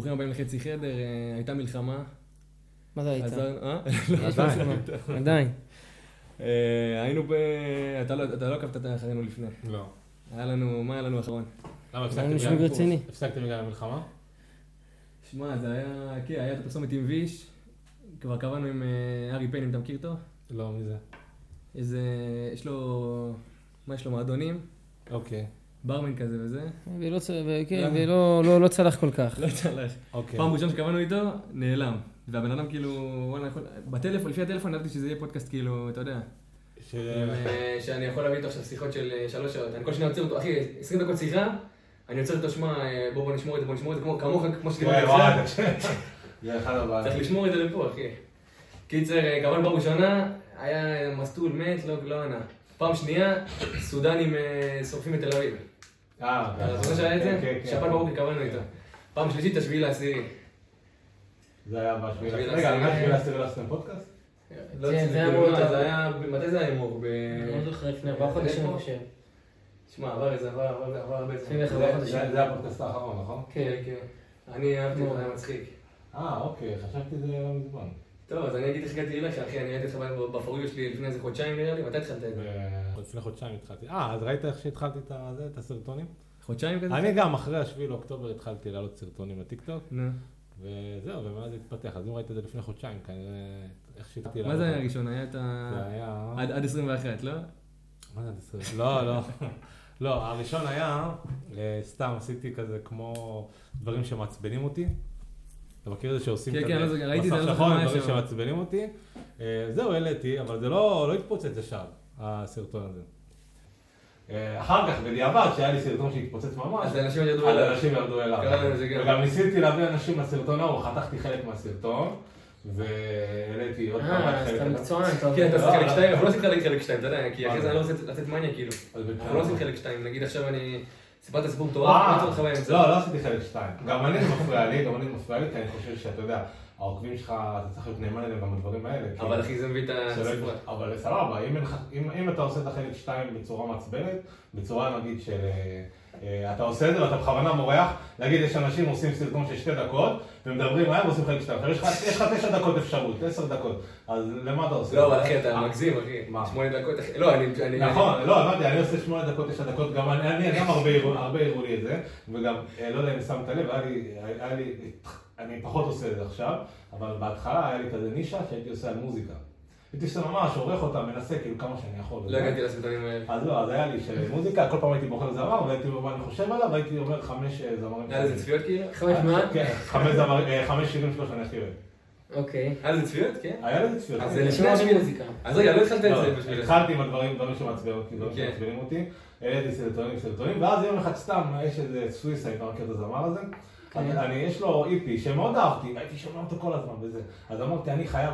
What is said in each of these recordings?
ברוכים הבאים לחצי חדר, הייתה מלחמה. מה זה הייתה? עדיין. היינו אתה לא עקבת אחרינו לפני. לא. מה היה לנו האחרון? למה הפסקתם בגלל המלחמה? שמע, זה היה, כן, היה את הפרסומת עם ויש, כבר קבענו עם ארי פיין, אם אתה מכיר אותו? לא, מי זה? יש לו מועדונים. אוקיי. ברמן כזה וזה. ולא צלח כל כך. לא צלח. פעם ראשון שקבענו איתו, נעלם. והבן אדם כאילו, בטלפון, לפי הטלפון, נדעתי שזה יהיה פודקאסט כאילו, אתה יודע. שאני יכול להביא איתו עכשיו שיחות של 3 שעות. אני כל שניה עוצר אותו, אחי, 20 דקות שיחה, אני עוצר איתו, שמע, בוא נשמור את זה, כמו שדיברתי אצלם. צריך לשמור את זה לפה, אחי. קיצר, קבענו פעם ראשונה, היה מסטול, מת, לא ענה. פעם שנייה, סודנים שורפים את תל אביב. אתה זוכר שהיה את זה? שפן בבוקר קבענו איתו. פעם שלישית, 7/10. זה היה ב7/10. רגע, אני 7/10 לא עשיתם פודקאסט? זה היה, מתי זה היה אמור? אני לא זוכר לפני 4 חודשים אני חושב. שמע, עבר הרבה זמן. זה הפודקאסט האחרון, נכון? כן. אני אהבתי, זה היה מצחיק. אוקיי, חשבתי זה לא מזמן. טוב, אז אני אגיד איך הגעתי אליך, אחי, אני הייתי לך בפוריו שלי לפני איזה חודשיים נראה לי, מתי התחלת את זה? לפני חודשיים התחלתי. אז ראית איך שהתחלתי את הסרטונים? חודשיים כזה? אני גם אחרי 7 באוקטובר התחלתי לעלות סרטונים לטיקטוק. נו. וזהו, ומאז זה התפתח. אז אם ראית את זה לפני חודשיים, כנראה איך שהתחלתי מה זה היה הראשון? היה את עד 21, לא? מה זה עד 20? לא. לא, הראשון היה, סתם עשיתי כזה כמו דברים שמעצבנים אותי. אתה מכיר את זה שעושים כזה? ראיתי את זה, דברים שמעצבנים אותי. זהו, העליתי, אבל זה לא התפוצץ ישר, הסרטון הזה. אחר כך, בדיעבד, שהיה לי סרטון שהתפוצץ ממש, אז אנשים ירדו אליו. וגם ניסיתי להביא אנשים לסרטון ההוא, חתכתי חלק מהסרטון, והעליתי עוד פעם חלק. אז אתה מקצוען, אתה כן, אתה עושה חלק 2, אנחנו לא עושים חלק 2, אתה יודע, כי אחרי זה אני לא רוצה לתת מניה, כאילו. אנחנו לא עושים חלק 2, נגיד עכשיו אני סיפרת סיפור מטורף, לא עשיתי חלק 2. גם אני מפריע לי, כי אני חושב שאתה יודע, העוקבים שלך, אתה צריך להיות נאמן אליהם גם בדברים האלה. אבל אחי, זה מביא את הסיפור. אבל סבבה, אם אתה עושה את החלק 2 בצורה מעצבנת, בצורה נגיד של... אתה עושה את זה ואתה בכוונה מורח, נגיד יש אנשים עושים סרטון של 2 דקות, ומדברים מהר ועושים חלק 2. יש לך 9 דקות אפשרות, 10 דקות, אז למה אתה עושה? לא, אבל אחי, אתה מגזים, אחי. 8 דקות, אחי. לא, אני... נכון, לא, אמרתי, אני עושה 8 דקות, 9 דקות, גם הרבה הראו לי את זה, וגם, לא יודע אם שמת לב, היה לי... אני פחות עושה את זה עכשיו, אבל בהתחלה היה לי כזה נישה שהייתי עושה על מוזיקה. הייתי עושה ממש, עורך אותה, מנסה כאילו כמה שאני יכול. לא הגעתי לסרטונים האלה. אז לא, אז היה לי של מוזיקה, כל פעם הייתי בוחר זמר, והייתי אומר, אני חושב עליו, והייתי אומר 5 זמרים. היה לזה צפיות כאילו? 5 מה? כן, 5 שירים שלו שאני אכתיב. אוקיי. היה לזה צפיות, כן? היה לזה צפיות. אז זה לפני המוזיקה. אז רגע, לא התחלת את זה בשביל זה. התחלתי עם הדברים שמעצבנים אותי, העליתי סרטונים, ואז יום אחד סתם, יש איזה סוויסאי, אתה מכיר את הזמר הזה? יש לו איפי שמאוד אהבתי, הייתי שומע אותו כל הזמן בזה. אז אמרתי, אני חייב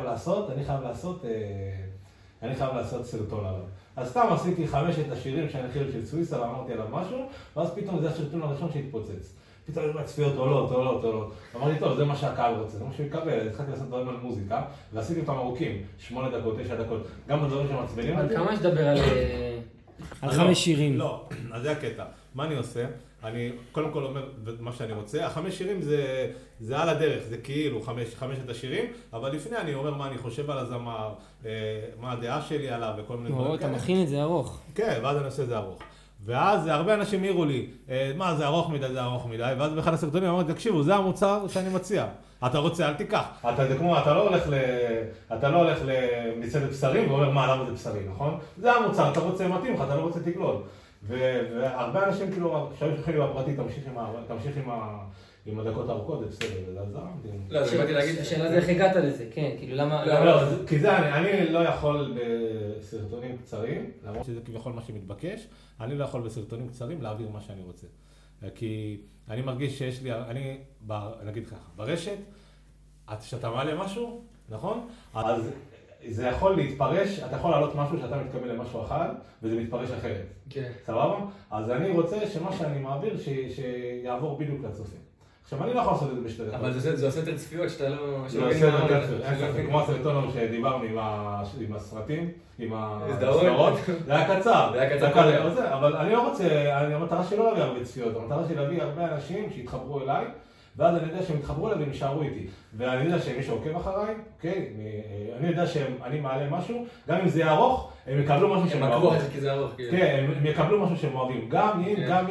לעשות סרטון עליו. אז סתם עשיתי 5 השירים שאני הכיר של סוויסה ואמרתי עליו משהו, ואז פתאום זה הסרטון הראשון שהתפוצץ. פתאום היו מהצפיות עולות. אמרתי, טוב, זה מה שהקהל רוצה, זה מה שהוא יקבל. התחלתי לעשות דברים על מוזיקה, ועשיתי אותם ארוכים, 8 דקות, 9 דקות, גם בדברים שמעצבנים אותי. כמה שדבר על 5 שירים? לא, אז זה הקטע. מה אני עושה? אני קודם כל אומר מה שאני רוצה, 5 שירים זה על הדרך, זה כאילו 5 השירים, אבל לפני אני אומר מה אני חושב על הזמר, מה הדעה שלי עליו וכל מיני דברים כאלה. אתה מכין את זה ארוך. כן, ואז אני עושה את זה ארוך. ואז הרבה אנשים העירו לי, מה זה ארוך מדי, ואז באחד הסרטונים אמרתי, תקשיבו, זה המוצר שאני מציע. אתה רוצה, אל תיקח. זה כמו, אתה לא הולך למצעד בשרים ואומר, מה, למה זה בשרי, נכון? זה המוצר, אתה רוצה מתאים לך, אתה לא רוצה תגלול. והרבה אנשים כאילו, כשאני שולחים לי בפרטי, תמשיך עם הדקות הארוכות, זה בסדר, זה עזר. לא, אז באתי להגיד, השאלה זה איך הגעת לזה, כן, כאילו למה... לא, כי זה, אני לא יכול בסרטונים קצרים, למרות שזה כביכול מה שמתבקש, אני לא יכול בסרטונים קצרים להעביר מה שאני רוצה. כי אני מרגיש שיש לי, נגיד ככה, ברשת, כשאתה מעלה משהו, נכון? אז זה יכול להתפרש, אתה יכול להעלות משהו שאתה מתקבל למשהו אחד, וזה מתפרש אחרת. כן. סבבה? אז אני רוצה שמה שאני מעביר, שיעבור בדיוק לצופים. עכשיו, אני לא יכול לעשות את זה בשתי דקות. אבל זה עושה יותר צפיות שאתה לא... זה עושה יותר צפיות, כמו הסרטון שדיברנו עם הסרטים, עם הסדרות. זה היה קצר. אבל אני לא רוצה, המטרה שלי לא להביא הרבה צפיות, המטרה שלי להביא הרבה אנשים שיתחברו אליי, ואז אני יודע שהם יתחברו אליי והם יישארו איתי. ואני יודע שמי שעוקב אחריי, אוקיי, אני יודע שאני מעלה משהו, גם אם זה יהיה ארוך, הם יקבלו משהו שהם אוהבים. הם עקבו אחרי כי זה ארוך. כן, הם יקבלו משהו שהם אוהבים. גם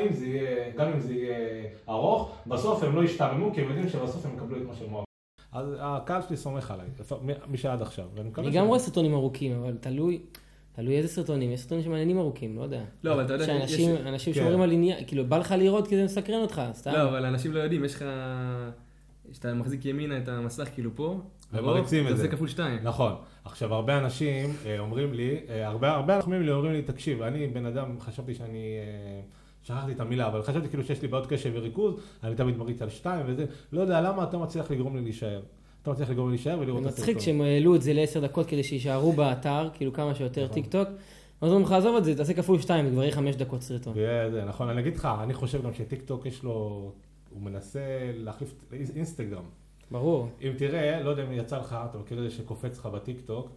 אם זה יהיה ארוך, בסוף הם לא ישתעממו, כי הם יודעים שבסוף הם יקבלו את מה שהם אוהבים. אז הקהל שלי סומך עליי, מי שעד עכשיו. אני גם רואה סרטונים ארוכים, אבל תלוי איזה סרטונים, יש סרטונים שמעניינים ארוכים, לא יודע. לא, אבל אתה יודע שאנשים שומרים על עניין, כאילו בא לך לראות כי זה מסקרן אותך, סתם. לא, אבל אנשים לא יודעים, יש לך, שאתה מחזיק ימינה את המסך כאילו פה, ומריצים את זה. זה כפול 2. נכון. עכשיו, הרבה אנשים אומרים לי, הרבה אנשים אומרים לי, תקשיב, אני בן אדם, חשבתי שאני, שכחתי את המילה, אבל חשבתי כאילו שיש לי בעיות קשב וריכוז, אני תמיד מריץ על 2 וזה, לא יודע למה אתה מצליח לגרום לי להישאר. אתה מצליח לגרום לי להישאר ולראות את הסרטון. מצחיק שהם העלו את זה ל10 דקות כדי שישארו באתר, כאילו כמה שיותר טיק טוק. אז אומרים לך, עזוב את זה, תעשה כפול 2, כבר יהיה 5 דקות סרטון. זה נכון, אני אגיד לך, אני חושב גם שטיק טוק יש לו, הוא מנסה להחליף אינסטגרם. ברור. אם תראה, לא יודע אם יצא לך, אתה מכיר את זה שקופץ לך בטיק טוק,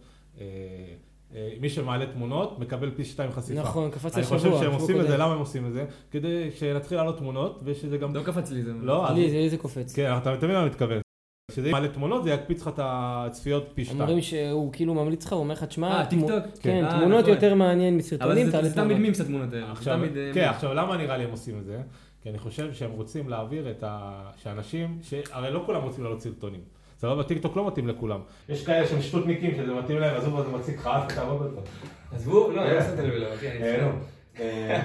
מי שמעלה תמונות מקבל פי 2 חשיפה. נכון, קפץ השבוע. אני חושב שהם עושים את זה, למה הם עושים את זה? כדי שנתחיל לעלות תמונות, ושזה גם... לא קפץ לי זה. לא, לי זה קופץ. כן, אתה תמיד לא מתכוון. כשזה מעלה תמונות, זה יקפיץ לך את הצפיות פי 2. אומרים שהוא כאילו ממליץ לך, הוא אומר לך, תשמע, טיק טוק? כן, תמונות יותר מעניין מסרטונים. אבל זה תמיד מימס התמונות האלה. כן, עכשיו למה נראה לי הם עושים את זה? כי אני חושב שהם רוצים להעביר את שאנשים, הרי לא כולם רוצים לעלות סרטונים. סבבה, טיקטוק לא מתאים לכולם. יש כאלה שהם שטותניקים שזה מתאים להם, עזוב, אז זה מציג לך, אז תעבוד אותו. עזבו? לא, אני לא עשיתי לב אליו, אחי, אני אצלם.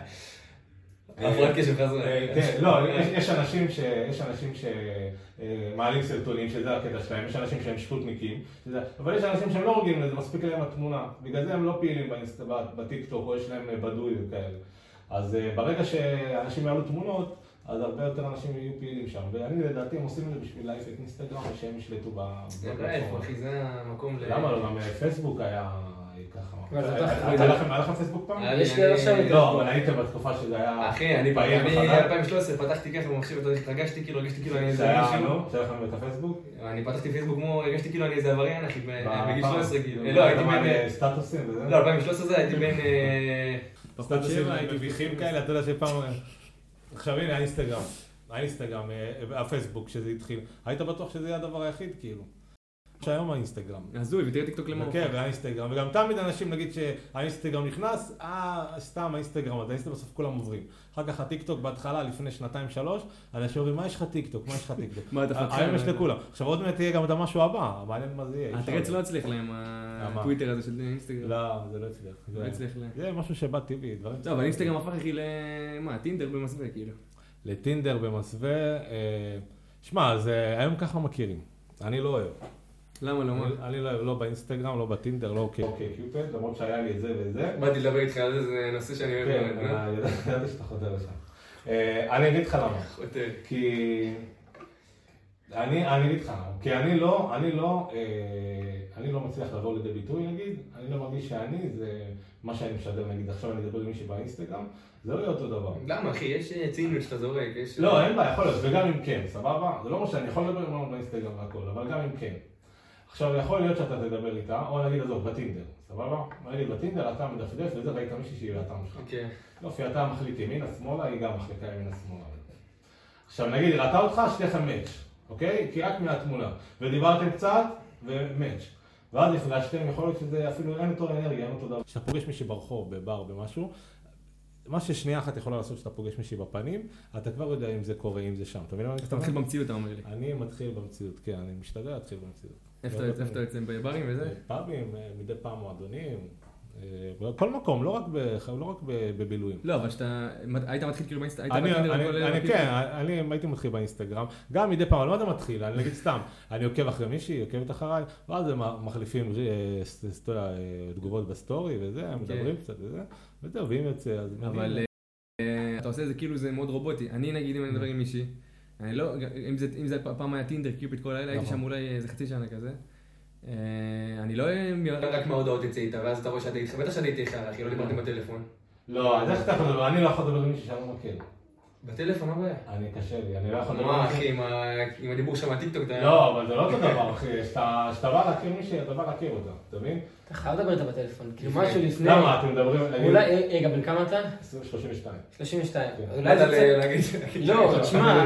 הפרעת קשב חזרה. כן, לא, יש אנשים שמעלים סרטונים, שזה הקטע שלהם, יש אנשים שהם שטותניקים, אבל יש אנשים שהם לא רגילים לזה, מספיק להם התמונה, בגלל זה הם לא פעילים בטיקטוק, או יש להם בדוי וכאלה. אז ברגע שאנשים יעלו תמונות, אז הרבה יותר אנשים יהיו פעילים שם, ואני לדעתי הם עושים את זה בשביל להעיף את אינסטגרם ושהם ישלטו בפלטפורמה. אחי, זה המקום למה לא? גם פייסבוק היה ככה. היה לכם פייסבוק פעם? יש לי עכשיו... לא, אבל הייתם בתקופה שזה היה... אחי, אני ב-2013 פתחתי ככה במחשב, התרגשתי כאילו, הרגשתי כאילו אני איזה מישהו. שהיה לכם את הפייסבוק? אני פתחתי פייסבוק כמו, הרגשתי כאילו אני איזה עבריין, אחי, בגיל 13 כאילו. לא, הייתי בין... סטטוסים וזה? לא, 2013 הייתי בין... סטטוסים מביכים כאלה, אתה יודע שפעם... עכשיו הנה, האינסטגרם, הפייסבוק שזה התחיל. היית בטוח שזה יהיה הדבר היחיד כאילו. שהיום האינסטגרם. הזוי, ותראה טיקטוק למעלה. כן, והאינסטגרם. וגם תמיד אנשים נגיד שהאינסטגרם נכנס, סתם האינסטגרם, אז האינסטגרם בסוף כולם עוברים. אחר כך הטיקטוק בהתחלה, לפני 2-3, אנשים אומרים, מה יש לך טיקטוק? מה אתה פתחן? היום יש לכולם. עכשיו עוד מעט תהיה גם את המשהו הבא, מעניין מה זה יהיה. התרץ לא הצליח להם, הטוויטר הזה של אינסטגרם. לא, זה לא הצליח. לא הצליח להם. זה משהו שבא טבעי, דברים. טוב, אבל אינסטגרם הפך אחי למה? טינדר במסווה כאילו. לטינדר במסווה, שמע, אז היום ככה מכירים. אני לא אוהב. למה לא? אני לא באינסטגרם, לא בטינדר, לא אוקיי קיופד, למרות שהיה לי את זה וזה. באתי לדבר איתך על זה, זה נושא שאני אוהב. כן, ידעתי שאתה חותר לשם. אני אגיד לך למה. חותר. כי... אני אגיד לך, כי אני לא מצליח לבוא לידי ביטוי נגיד, אני לא מרגיש שאני, זה מה שאני משדר נגיד, עכשיו אני אדבר עם מישהי באינסטגרם, זה לא יהיה אותו דבר. למה אחי, יש ציניות שאתה זורק, יש... לא, אין בעיה, יכול להיות, וגם אם כן, סבבה? זה לא אומר שאני יכול לדבר עם אמנות באינסטגרם והכל, אבל גם אם כן. עכשיו יכול להיות שאתה תדבר איתה, או נגיד עזוב, בטינדר, סבבה? נגיד בטינדר אתה מדפדף וזה, ראית מישהי שהיא באתר שלך. יופי, אתה מחליט ימינה, שמאלה, היא גם מחליקה ימינה, שמאלה. עכשיו נגיד, היא ראתה אותך, שתיכם מאץ', אוקיי? כי רק מהתמונה. ודיברתם קצת, ומאץ'. ואז נפגשתם, יכול להיות שזה אפילו אין אותו אנרגיה, אין אותו דבר. כשאתה פוגש מישהי ברחוב, בבר, במשהו, מה ששנייה אחת יכולה לעשות שאתה פוגש מישהי בפנים, אתה כבר יודע אם זה קורה, אם זה שם. אתה מתחיל במציאות, אתה אומר לי. אני מתחיל במציאות, כן, אני משתדל להתחיל במציאות. איפה אתה יוצא בברים וזה? פאבים, מדי פעם מועדונים, בכל מקום, לא רק בבילויים. לא, אבל שאתה, היית מתחיל כאילו באינסטגרם? אני הייתי מתחיל באינסטגרם, גם מדי פעם, אבל מה אתה מתחיל? אני נגיד סתם, אני עוקב אחרי מישהי, עוקבת אחריי, ואז הם מחליפים תגובות בסטורי וזה, הם מדברים קצת וזה, וזהו, ואם יוצא, אז... אבל אתה עושה את זה כאילו זה מאוד רובוטי. אני נגיד אם אני מדבר עם מישהי, אני לא, אם זה פעם היה טינדר, קיופיד כל הלילה, הייתי שם אולי איזה חצי שנה כזה. אני לא... רק מההודעות יצא איתה, ואז אתה רואה שאתה בטח שאתה איתך, אחי, לא דיברתם בטלפון. לא, אז איך אתה יכול לדבר? אני לא יכול לדבר עם מישהו שאני לא מכיר. בטלפון, מה הבעיה? אני קשה לי, אני לא יכול... מה, אחי, עם הדיבור שלך מהטיקטוק, אתה... לא, אבל זה לא אותו דבר, אחי. שאתה בא להכיר מישהי, אתה בא להכיר אותה, אתה מבין? אתה חייב לדבר איתה בטלפון, כאילו משהו לפני... למה? אתם מדברים... אולי, רגע, בן כמה אתה? 32. 32. אולי זה להגיד... לא, תשמע,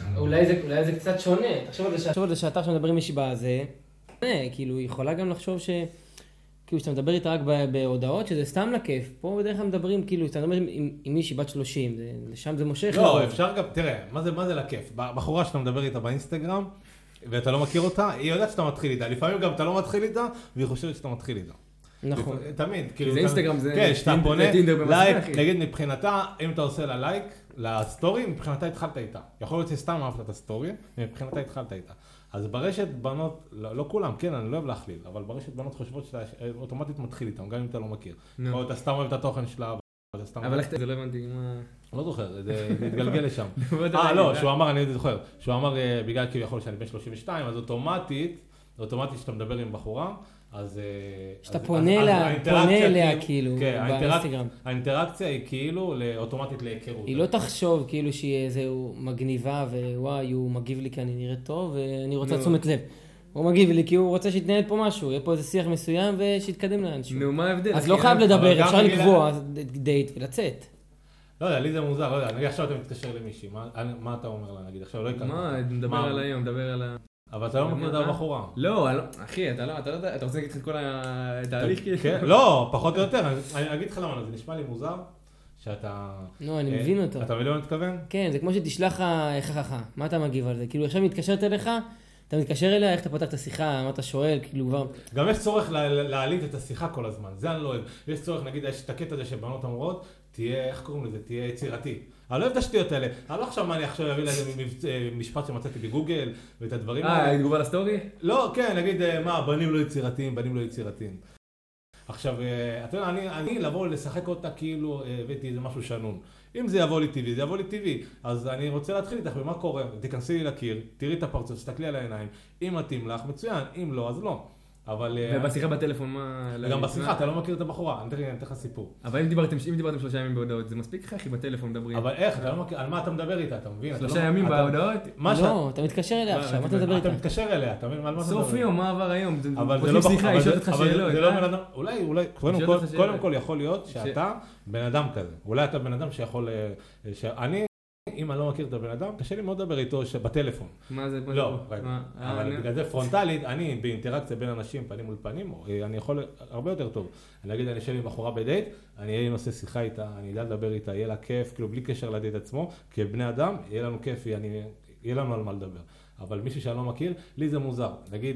אולי זה קצת שונה. תחשוב על זה שאתה עכשיו מדבר עם מישהי בזה, כאילו, היא יכולה גם לחשוב ש... כאילו, שאתה מדבר איתה רק בהודעות, שזה סתם לכיף. פה בדרך כלל מדברים, כאילו, שאתה מדבר עם מישהי בת 30, לשם זה מושך. לא, אפשר גם, תראה, מה זה לכיף? בחורה שאתה מדבר איתה באינסטגרם, ואתה לא מכיר אותה, היא יודעת שאתה מתחיל איתה. לפעמים גם אתה לא מתחיל איתה, והיא חושבת שאתה מתחיל איתה. נכון. תמיד. כי זה אינסטגרם, זה... כן, שאתה פונה, לייק, נגיד מבחינתה, אם אתה עושה לה לייק, לסטורי, מבחינתה התחלת איתה. יכול להיות שסתם אהבת את הסטורי, מבחינתה התחלת איתה. אז ברשת בנות, לא כולם, כן, אני לא אוהב להכליל, אבל ברשת בנות חושבות שאתה אוטומטית מתחיל איתם, גם אם אתה לא מכיר. או אתה סתם אוהב את התוכן שלה, אבל איך זה לא הבנתי, מה... לא זוכר, זה התגלגל לשם. לא, שהוא אמר, אני זוכר, שהוא אמר, בגלל כביכול שאני בן 32, אז אוטומטית שאתה מדבר עם בחורה, אז... שאתה פונה אליה כאילו באינסטגרם. האינטראקציה היא כאילו אוטומטית להיכרות. היא לא תחשוב כאילו שהיא איזו מגניבה ווואי, הוא מגיב לי כי אני נראית טוב ואני רוצה תשומת לב. הוא מגיב לי כי הוא רוצה שיתנהל פה משהו, יהיה פה איזה שיח מסוים ושיתקדם לאנשהו. נו, מה ההבדל? אז לא חייב לדבר, אפשר לקבוע דייט ולצאת. לא יודע, לי זה מוזר, לא יודע, נגיד עכשיו אתה מתקשר למישהי, מה אתה אומר לה, נגיד, עכשיו לא יקרה. מה, נדבר על היום, נדבר על ה... אבל אתה לא מכיר את הבחורה. לא, אחי, אתה רוצה להגיד לך את כל התהליך כאילו? לא, פחות או יותר, אני אגיד לך למה, זה נשמע לי מוזר, שאתה... לא, אני מבין אותו. אתה מבין מה אני מתכוון? כן, זה כמו שתשלח לך, מה אתה מגיב על זה? כאילו עכשיו מתקשרת אליך, אתה מתקשר אליה, איך אתה פותח את השיחה, מה אתה שואל, כאילו כבר... גם יש צורך להעליד את השיחה כל הזמן, זה אני לא אוהב. יש צורך, נגיד, יש את הקטע הזה שבנות אמורות, תהיה, איך קוראים לזה? תהיה יצירתי. אני לא אוהב את השטויות האלה. אני לא עכשיו מה אני עכשיו אביא לזה משפט שמצאתי בגוגל ואת הדברים האלה. תגובה לסטורי? לא, כן, נגיד, מה, בנים לא יצירתיים, בנים לא יצירתיים. עכשיו, אתה יודע, אני לבוא לשחק אותה כאילו הבאתי איזה משהו שנון. אם זה יבוא לי טבעי, זה יבוא לי טבעי. אז אני רוצה להתחיל איתך במה קורה. תיכנסי לי לקיר, תראי את הפרצוף, תסתכלי על העיניים. אם מתאים לך, מצוין. אם לא, אז לא. אבל... ובשיחה בטלפון, מה... גם בשיחה, אתה לא מכיר את הבחורה. אני אתן לך סיפור. אבל אם דיברתם 3 ימים בהודעות, זה מספיק לך, אחי, בטלפון מדברים. אבל איך? אתה לא מכיר... על מה אתה מדבר איתה, אתה מבין? 3 ימים בהודעות? לא, אתה מתקשר אליה עכשיו, מה אתה מדבר איתה? אתה מתקשר אליה, אתה מבין? על מה אתה מדבר? סוף יום, מה עבר היום? אבל זה לא בחורה, אבל זה לא בן אדם... אולי, קודם כל יכול להיות שאתה בן אדם כזה. אולי אתה בן אדם שיכול... שאני... אם אני לא מכיר את הבן אדם, קשה לי מאוד לדבר איתו בטלפון. מה זה? לא, אבל בגלל זה פרונטלית, אני באינטראקציה בין אנשים פנים מול פנים, אני יכול הרבה יותר טוב. אני אגיד, אני אשב עם בחורה בדייט, אני אהיה נושא שיחה איתה, אני אדע לדבר איתה, יהיה לה כיף, כאילו בלי קשר לדייט עצמו, כבני אדם, יהיה לנו כיף, יהיה לנו על מה לדבר. אבל מישהו שאני לא מכיר, לי זה מוזר. נגיד,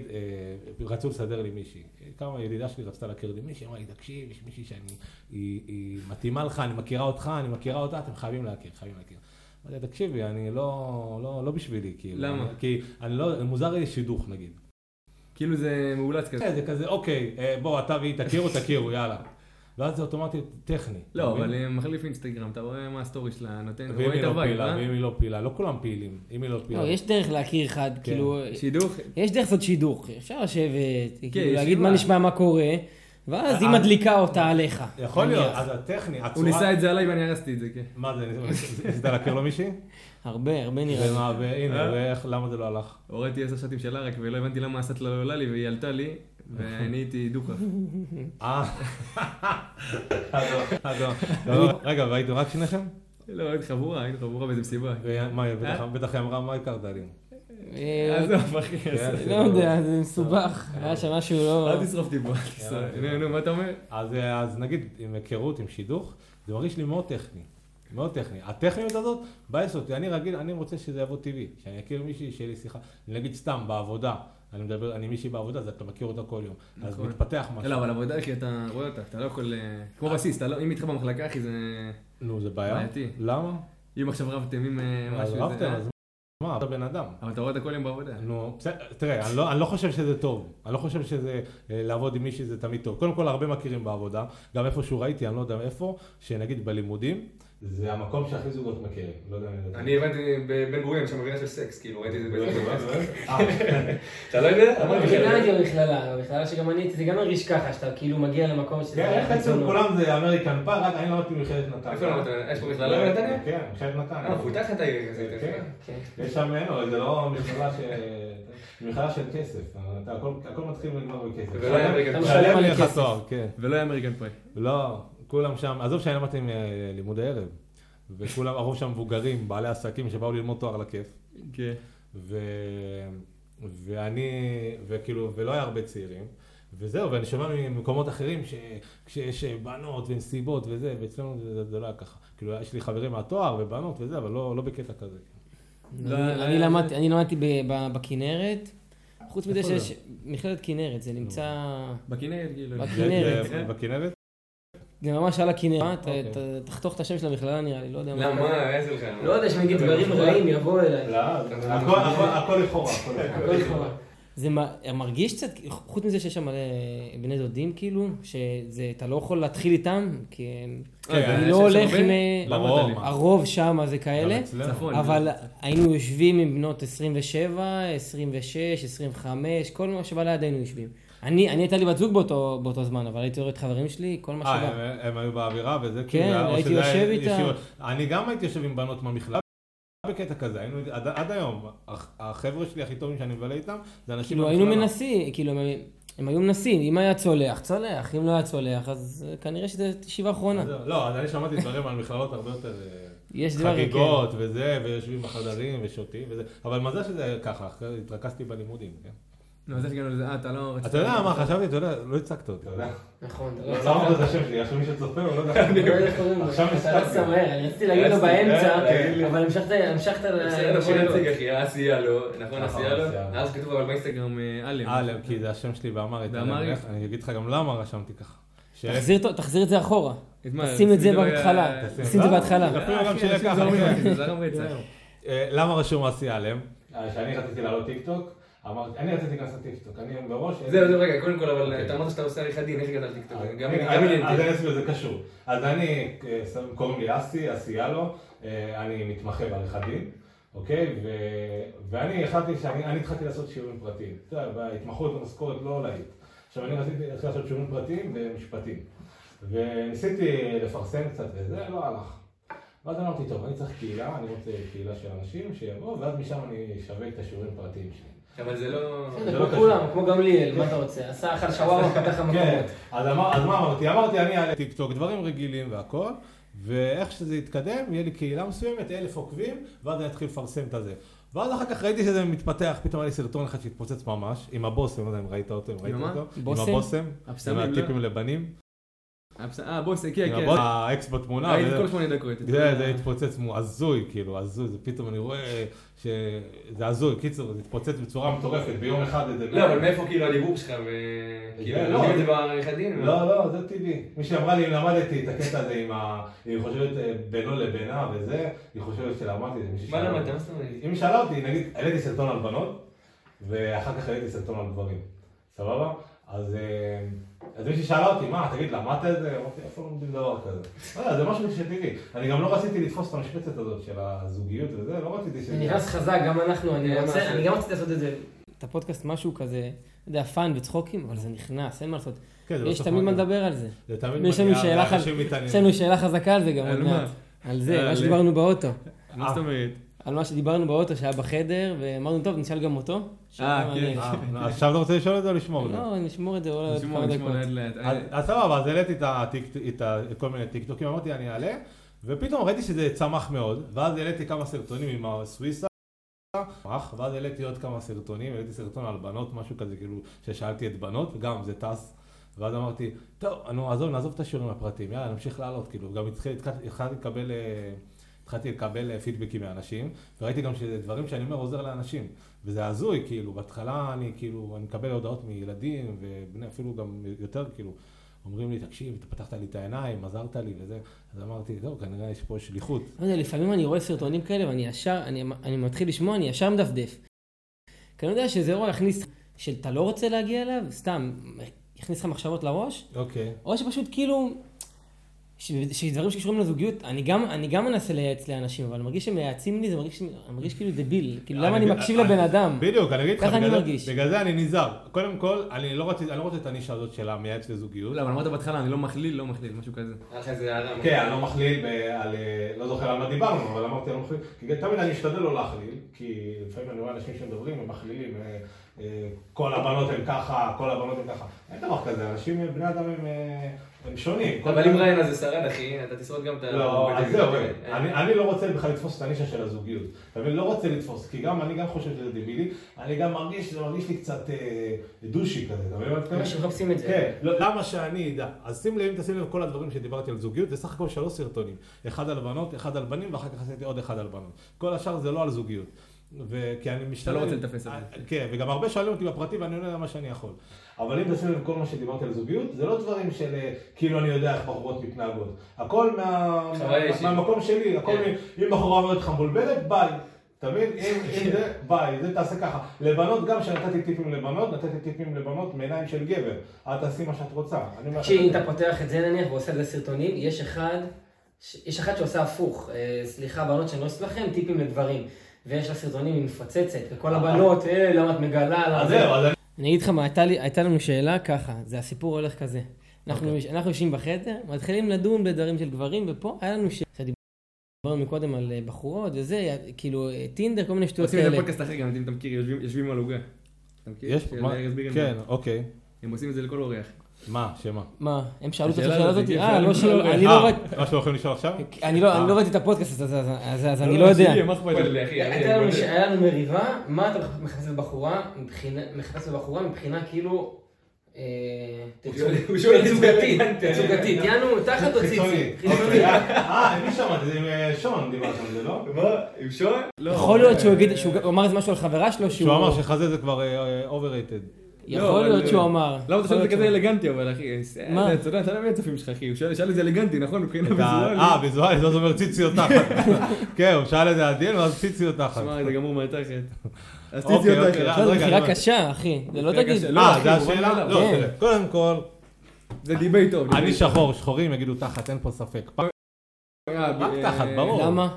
רצו לסדר לי מישהי. כמה ידידה שלי רצתה להכיר לי מישהי, אמרה לי, תקשיב, יש מישהי שהיא מתאימה לך, אני מכירה אותך, אני מכירה אותה, אתם חייבים להכיר. תקשיבי, אני לא בשבילי, כאילו. למה? כי אני לא, מוזר לי שידוך, נגיד. כאילו זה מאולץ כזה. זה כזה, אוקיי, בוא, אתה והיא תכירו, יאללה. ואז זה אוטומטית טכני. לא, אבל מחליף אינסטגרם, אתה רואה מה הסטורי שלה, נותן, ואם היא לא פעילה, לא כולם פעילים, אם היא לא פעילה. לא, יש דרך להכיר אחד, כאילו... שידוך? יש דרך לעשות שידוך, אפשר לשבת, כאילו להגיד מה נשמע, מה קורה. ואז היא מדליקה אותה עליך. יכול להיות, אז הטכני, הצורה... הוא ניסה את זה עליי ואני הרסתי את זה, כן. מה זה, ניסית להכיר לו מישהי? הרבה נראה לי. והנה, למה זה לא הלך? הוריתי 10 שנים של ערק ולא הבנתי למה הסט לא עולה לי והיא עלתה לי ואני הייתי דוחה. רגע, והייתם רק שניכם? לא, הייתי חבורה באיזה מסיבה. בטח היא אמרה, מה הכרת לי? עזוב אחי, לא יודע, זה מסובך, היה שם משהו לא... אל תשרוף אותי בו, נו, מה אתה אומר? אז נגיד, עם היכרות, עם שידוך, זה מרגיש לי מאוד טכני. מאוד טכני. הטכניות הזאת, בייס אותי, אני רוצה שזה יבוא טבעי, שאני אכיר מישהי שיהיה לי שיחה, נגיד סתם, בעבודה, אני מישהי בעבודה, אז אתה מכיר אותה כל יום, אז מתפתח משהו. לא, אבל עבודה, כי אתה רואה אותה, אתה לא יכול, כמו בסיס, אם איתך במחלקה, אחי, זה... נו, זה בעיה. למה? אם עכשיו רבתם עם משהו... רבתם, אז מה, אתה בן אדם. אבל אתה רואה אותה כל יום בעבודה. נו, תראה, אני לא חושב שזה טוב. אני לא חושב שזה, לעבוד עם מישהי זה תמיד טוב. קודם כל, הרבה מכירים בעבודה, גם איפשהו ראיתי, אני לא יודע איפה, שנגיד בלימודים, זה המקום שהכי זוגות מכירים, לא יודע. אני הבנתי בבן גוריון שם מבינה של סקס, כאילו ראיתי את זה באיזה אתה לא יודע? אני הייתי במכללה שגם אני הייתי, זה גם מרגיש ככה, שאתה כאילו מגיע למקום שזה... כן, בעצם כולם זה אמריקן פאר, רק אני למדתי במכללת נתניה. איפה למדת? יש פה מכללה בנתניה? כן, מכללת נתניה. פותחת העיר כזה. כן, יש שם, זה לא מכללה מכללה של כסף, הכל מתחיל ונגמר בכסף. ולא היה אמריקן פאי. לא, כולם שם, עזוב שאני למדתי עם לימודי ערב, וכולם, הרוב שם מבוגרים, בעלי עסקים שבאו ללמוד תואר לכיף. כן. ולא היה הרבה צעירים, וזהו, ואני שומע ממקומות אחרים שיש בנות ונסיבות וזה, ואצלנו זה לא היה ככה. כאילו, יש לי חברים מהתואר ובנות וזה, אבל לא בקטע כזה. אני למדתי בכנרת, חוץ מזה שיש מכללת כנרת, זה נמצא... בכנרת, כאילו. בכנרת? זה ממש על הכנרת, תחתוך את השם של המכללה נראה לי, לא יודע מה. למה? איזה לך? לא יודע, שמגיד דברים רעים יבואו אליי. לא, הכל לכאורה. הכל לכאורה. זה מרגיש קצת, חוץ מזה שיש שם מלא בני דודים כאילו, שאתה לא יכול להתחיל איתם, כי אני לא הולך עם... הרוב שם זה כאלה, אבל היינו יושבים עם בנות 27, 26, 25, כל מה שבא ליד היינו יושבים. אני הייתה לי בת זוג באותו זמן, אבל הייתי רואה את חברים שלי, כל מה שבא. הם היו באווירה וזה כאילו... כן, הייתי יושב איתה. אני גם הייתי יושב עם בנות מהמכללה. בקטע כזה, היינו עד היום, החבר'ה שלי הכי טובים שאני מבלה איתם, זה אנשים... כאילו היינו מנסים, כאילו הם היו מנסים, אם היה צולח, אם לא היה צולח, אז כנראה שזה ישיבה אחרונה. לא, אז אני שמעתי דברים על מכללות הרבה יותר חגיגות וזה, ויושבים בחדרים ושותים וזה, אבל מזל שזה ככה, התרכזתי בלימודים, כן? לא, זה שגענו לזה, אתה לא... אתה יודע מה, חשבתי, אתה יודע, לא הצגת אותי. נכון, אתה לא הצגת. לא אמרת את השם שלי, עכשיו מי שצופה, הוא לא יודע. אני לא יודע קוראים לו. עכשיו אני רציתי להגיד לו באמצע, אבל המשכת שנציג אחי, עשייה לו, נכון עשייה לו? אז כתוב אבל באינסטגרם אלם. אלם, כי זה השם שלי באמרית. אני אגיד לך גם למה רשמתי ככה. תחזיר את זה אחורה. שים את זה בהתחלה. שים את זה בהתחלה. למה רשום עשייה אלם? שאני רציתי לעלות טיקטוק. אני רציתי להיכנס לטיקטוק, אני בראש... זהו, רגע, קודם כל, אבל אתה אמרת שאתה עושה עריכת דין, איך הגעת לטיקטוק? אז אני אסביר, זה קשור. אז אני, קוראים לי אסי ילו, אני מתמחה בעריכת דין, אוקיי? ואני התחלתי לעשות שיעורים פרטיים. אתה יודע, בהתמחות במשכורת לא עולאית. עכשיו, אני רציתי לעשות שיעורים פרטיים במשפטים. וניסיתי לפרסם קצת וזה, לא הלך. ואז אמרתי, טוב, אני צריך קהילה, אני רוצה קהילה של אנשים שיבואו, ואז משם אני אשווק את השיעורים הפרטיים שלי. אבל זה לא... זה כמו כולם, כמו גם ליאל, מה אתה רוצה? עשה אכל שווארמה, פתח המקומות. אז מה אמרתי? אמרתי, אני אעלה טיקטוק, דברים רגילים והכל, ואיך שזה יתקדם, יהיה לי קהילה מסוימת, 1,000 עוקבים, ואז אני אתחיל לפרסם את זה. ואז אחר כך ראיתי שזה מתפתח, פתאום היה לי סרטון אחד שהתפוצץ ממש, עם הבוסם, לא יודע אם ראית אותו, עם הבוסם, עם הטיפים לבנים. בוסם, כן, כן. האקס בתמונה. ראיתי כל 8 דקות. זה התפוצץ הזוי, כאילו, הזוי, זה פתאום אני רואה שזה הזוי, קיצור, זה התפוצץ בצורה מטורפת, ביום אחד את זה... לא, אבל מאיפה כאילו הדיבור שלך וכאילו, לומדים את זה בעריכת דין? לא, זה טבעי. מי שאמרה לי, אם למדתי את הקטע הזה עם היא חושבת בינו לבינה וזה, היא חושבת שלמדתי את זה. מה למדת? מה זאת אומרת? אם שאלה אותי, נגיד, העליתי סרטון על בנות, ואחר כך העליתי סרטון על גברים. סבבה? אז מישהי שאלה אותי, מה, תגיד, למדת את זה? אמרתי, איפה לומדים דבר כזה? זה משהו שטבעי. אני גם לא רציתי לתפוס את המשפצת הזאת של הזוגיות וזה, לא רציתי שזה... זה נכנס חזק, גם אנחנו, אני גם רציתי לעשות את זה. את הפודקאסט משהו כזה, לא יודע, פאן וצחוקים, אבל זה נכנס, אין מה לעשות. יש תמיד מה לדבר על זה. זה תמיד מגיע, אנשים מתעניינים. יש לנו שאלה חזקה על זה גם עוד מעט. על זה, מה שדיברנו באוטו. מה זאת אומרת? על מה שדיברנו באוטו שהיה בחדר, ואמרנו, טוב, נשאל גם אותו. כן. עכשיו אתה רוצה לשאול את זה או לשמור את זה? לא, נשמור את זה, אולי עוד כמה דקות. אז סבבה, אז העליתי את כל מיני טיקטוקים, אמרתי, אני אעלה, ופתאום ראיתי שזה צמח מאוד, ואז העליתי כמה סרטונים עם הסוויסה, ואז העליתי עוד כמה סרטונים, העליתי סרטון על בנות, משהו כזה, כאילו, ששאלתי את בנות, וגם זה טס, ואז אמרתי, טוב, נעזוב את השיעורים הפרטיים, יאללה, נמשיך לעלות, כאילו, גם התחלתי לקבל פידבקים מאנשים, וראיתי גם שזה דברים שאני אומר עוזר לאנשים, וזה הזוי, כאילו, בהתחלה אני מקבל הודעות מילדים, ובני אפילו גם יותר, כאילו, אומרים לי, תקשיב, אתה פתחת לי את העיניים, עזרת לי וזה, אז אמרתי, טוב, כנראה יש פה שליחות. לא יודע, לפעמים אני רואה סרטונים כאלה, ואני מתחיל לשמוע, אני ישר מדפדף. כי אני יודע שזה אירוע יכניס, שאתה לא רוצה להגיע אליו, סתם, יכניס לך מחשבות לראש, אוקיי. או שפשוט כאילו, שדברים שקשורים לזוגיות, אני גם מנסה לייעץ לאנשים, אבל אני מרגיש שמייעצים לי, אני מרגיש כאילו דביל, כאילו למה אני מקשיב לבן אדם? בדיוק, אני אגיד לך, ככה אני מרגיש. בגלל זה אני נזהר. קודם כל, אני לא רוצה את הנישה הזאת של המייעץ לזוגיות. לא, אבל אמרת בהתחלה, אני לא מכליל, משהו כזה. כן, אני לא מכליל, לא זוכר על מה דיברנו, אבל אמרתי אני לא מכליל, כי תמיד אני אשתדל לא להכליל, כי לפעמים אני רואה אנשים שמדברים ומכלילים, כל הבנות הם ככה, אין דבר כזה, אנשים, בני אדם הם שונים. אבל אם ראיין הזה שרד, אחי, אתה תשרוד גם את ה... לא, אז זהו, אני לא רוצה בכלל לתפוס את הנישה של הזוגיות. אני לא רוצה לתפוס, כי אני גם חושב שזה דבילי, אני גם מרגיש לי קצת דושי כזה. מה שמחפשים את זה. כן, למה שאני אדע? אז תשים לב כל הדברים שדיברתי על זוגיות, זה סך הכל 3 סרטונים. אחד על בנות, אחד על בנים, ואחר כך עשיתי עוד אחד על בנות. כל השאר זה לא על זוגיות. וכי אני משתלם... אתה לא רוצה לתפס את זה. כן, וגם הרבה שואלים אותי בפרטי ואני עונה מה שאני יכול. אבל אם תשים לב כל מה שדיברתי על זוגיות, זה לא דברים של כאילו אני יודע איך בחורות מתנהגות. הכל מהמקום שלי, הכל אם בחורה אומרת לך מבולבלת, ביי. תבין? אם זה, ביי, זה תעשה ככה. לבנות, גם שנתתי טיפים לבנות מעיניים של גבר. אל תעשי מה שאת רוצה. כשאם אתה פותח את זה נניח ועושה את זה סרטונים, יש אחד שעושה הפוך. סליחה, בנות שאני לא עושה לכם, טיפים לדברים. ויש לה סרטונים עם מפצצת, וכל הבנות, למה את מגלה? אני אגיד לך מה, הייתה לנו שאלה ככה, זה הסיפור הולך כזה. אנחנו יושבים בחדר, מתחילים לדון בדברים של גברים, ופה היה לנו שאלה. דיברנו מקודם על בחורות, וזה, כאילו, טינדר, כל מיני שטויות כאלה. עושים את הפודקאסט אחר גם, אם אתה מכיר, יושבים על עוגה. יש פה, כן, אוקיי. הם עושים את זה לכל אורח. מה? שמה? מה? הם שאלו את השאלה הזאת? אני לא ראיתי... מה שאתם יכולים לשאול עכשיו? אני לא ראיתי את הפודקאסט הזה, אז אני לא יודע. היה לנו מריבה, מה אתה מחפש בבחורה מבחינה כאילו... הוא שואל תצוגתית, יענו, תחת או ציצי? חיצוני. אני שמעתי, זה עם שון דיברת על זה, לא? מה? עם שון? יכול להיות שהוא אמר איזה משהו על חברה שלו שהוא אמר שחזה זה כבר overrated. יכול להיות שהוא אמר. למה אתה שואל את זה כזה אלגנטי, אבל אחי, מה? אתה יודע מי הצופים שלך, אחי, הוא שאל את זה אלגנטי, נכון? מבחינה ויזואלית. ויזואלית, זאת אומרת ציציות תחת. כן, הוא שאל את זה עדיין, ואז ציציות תחת. שמע, זה גמור מהתחת. אז ציציות תחת. זה בחירה קשה, אחי, זה לא תגיד. זה השאלה? לא, תראה, קודם כל, זה דיבי טוב. אני שחור, שחורים יגידו תחת, אין פה ספק. רק תחת, ברור. למה?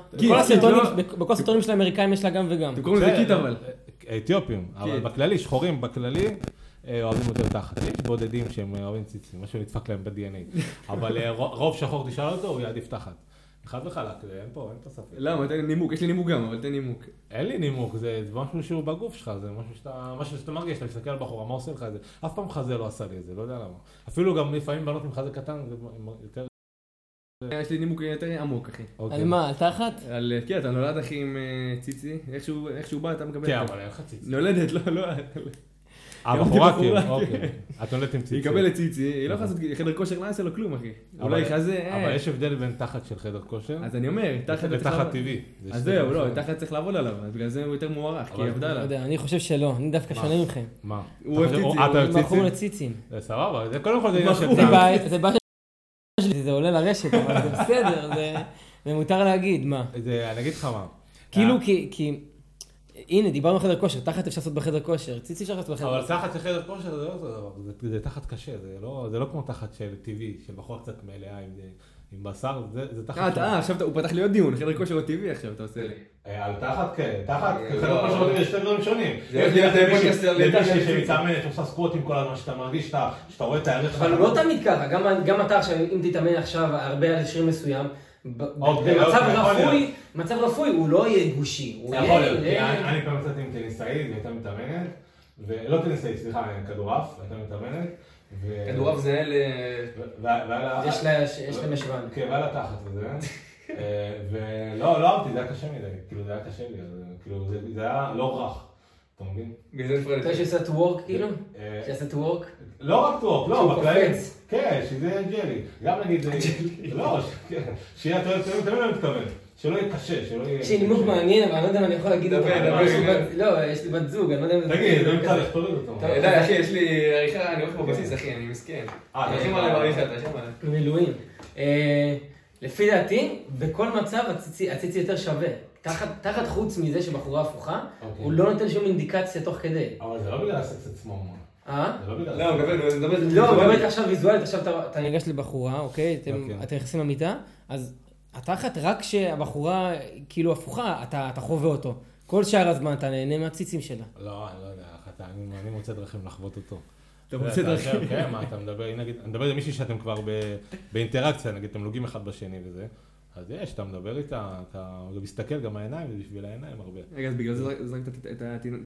בכל הסרטונים של האמריקאים יש לה גם וגם. אתם קוראים לזה קיט אבל. אתיופים, אבל בכללי, שחורים בכללי, אוהבים יותר תחת. יש בודדים שהם אוהבים ציצים, משהו נדפק להם ב-DNA. אבל רוב שחור תשאל אותו, הוא יעדיף תחת. אחד וחלק, אין פה ספק. למה? תן נימוק, יש לי נימוק גם, אבל תן נימוק. אין לי נימוק, זה משהו שהוא בגוף שלך, זה משהו שאתה מרגיש, אתה מסתכל על בחורה, מה עושה לך את זה? אף פעם חזה לא עשה לי את זה, לא יודע למה. אפילו גם לפעמים בנות עם חזה קטן, זה יותר... יש לי נימוק יותר עמוק, אחי. על מה? על תחת? כן, אתה נולד, אחי, עם ציצי, איכשהו בא, אתה מקבל... כן, אבל אין לך ציצי. נולדת, לא... הבחורה כאילו, אוקיי. את נולדת עם ציצי. היא מקבלת ציצי, היא לא יכולה לעשות חדר כושר, לא יעשה לו כלום, אחי. אולי חזה... אבל יש הבדל בין תחת של חדר כושר... אז אני אומר, תחת... ותחת טבעי. אז זהו, לא, תחת צריך לעבוד עליו, אז בגלל זה הוא יותר מוערך, כי היא עבדה עליו. אני חושב שלא, אני דווקא שונה מכם. מה? הוא אוהב ציצי. אתה אוהב בחור לציצים. זה סבבה, זה קודם כל זה עניין של... זה בעיה שלי, זה עולה לרשת, אבל זה בסדר, זה מותר להגיד, מה? אני אגיד לך מה. כאילו, כי... הנה, דיברנו על חדר כושר, תחת אפשר לעשות בחדר כושר, ציצי אפשר לעשות בחדר כושר. אבל תחת של חדר כושר זה לא אותו דבר, זה תחת קשה, זה לא כמו תחת של טבעי, של בחורה קצת מלאה עם בשר, זה תחת... עכשיו הוא פתח לי עוד דיון, חדר כושר או טבעי עכשיו, אתה עושה לי. על תחת, כן, תחת, חדר כושר או טבעי, יש שני דברים שונים. זה מישהי שמתאמנת, עושה סקווטים כל הזמן, שאתה מרגיש, שאתה רואה את הערך שלך. אבל לא תמיד ככה, גם אתה עכשיו, אם תתאמן עכשיו הרבה על שריר מסוים, במצב רפואי הוא לא יהיה גושי. יכול להיות, אני פעם קצת עם טניסאית והייתה מתאמנת, ולא טניסאית, סליחה, כדורעף, הייתה מתאמנת. כדורעף זה יש לה משוון. כן, והיה לה תחת וזה. ולא אהבתי, זה היה קשה מדי, כאילו זה היה קשה לי, כאילו זה היה לא רך. אתה מבין? אתה שעושה to work כאילו? שעושה to work? לא רק to work, לא, בכללי. כן, שזה ג'לי. גם נגיד, לא, שיהיה, אתה לא מתכוון. שלא יהיה קשה, שלא יהיה... יש לי נימוק מעניין, אבל אני לא יודע אם אני יכול להגיד אותו. לא, יש לי בת זוג, אני לא יודע אם זה... תגיד, זה מצא לך, תוריד אותו. די, אחי, יש לי עריכה, אני הולך בבסיס, אחי, אני מסכן. תרחים עליהם עריכה, תרחים עליהם. מילואים. לפי דעתי, בכל מצב הציצי יותר שווה. תחת חוץ מזה שבחורה הפוכה, הוא לא נותן שום אינדיקציה תוך כדי. אבל זה לא בגלל הסקס עצמו. לא, באמת עכשיו ויזואלית, עכשיו אתה ניגש לבחורה, אוקיי? אתם נכנסים למיטה, אז התחת רק שהבחורה כאילו הפוכה, אתה חווה אותו. כל שאר הזמן אתה נהנה מהציצים שלה. לא, אני לא יודע, אני מוצא דרכים לחוות אותו. אתה מוצא דרכים? כן, מה, אתה מדבר, נגיד, אני מדבר עם מישהי שאתם כבר באינטראקציה, נגיד, אתם לוגים אחד בשני וזה, אז אתה מדבר איתה, אתה מסתכל גם העיניים, בשביל העיניים הרבה. רגע, אז בגלל זה זרקת את התינוק.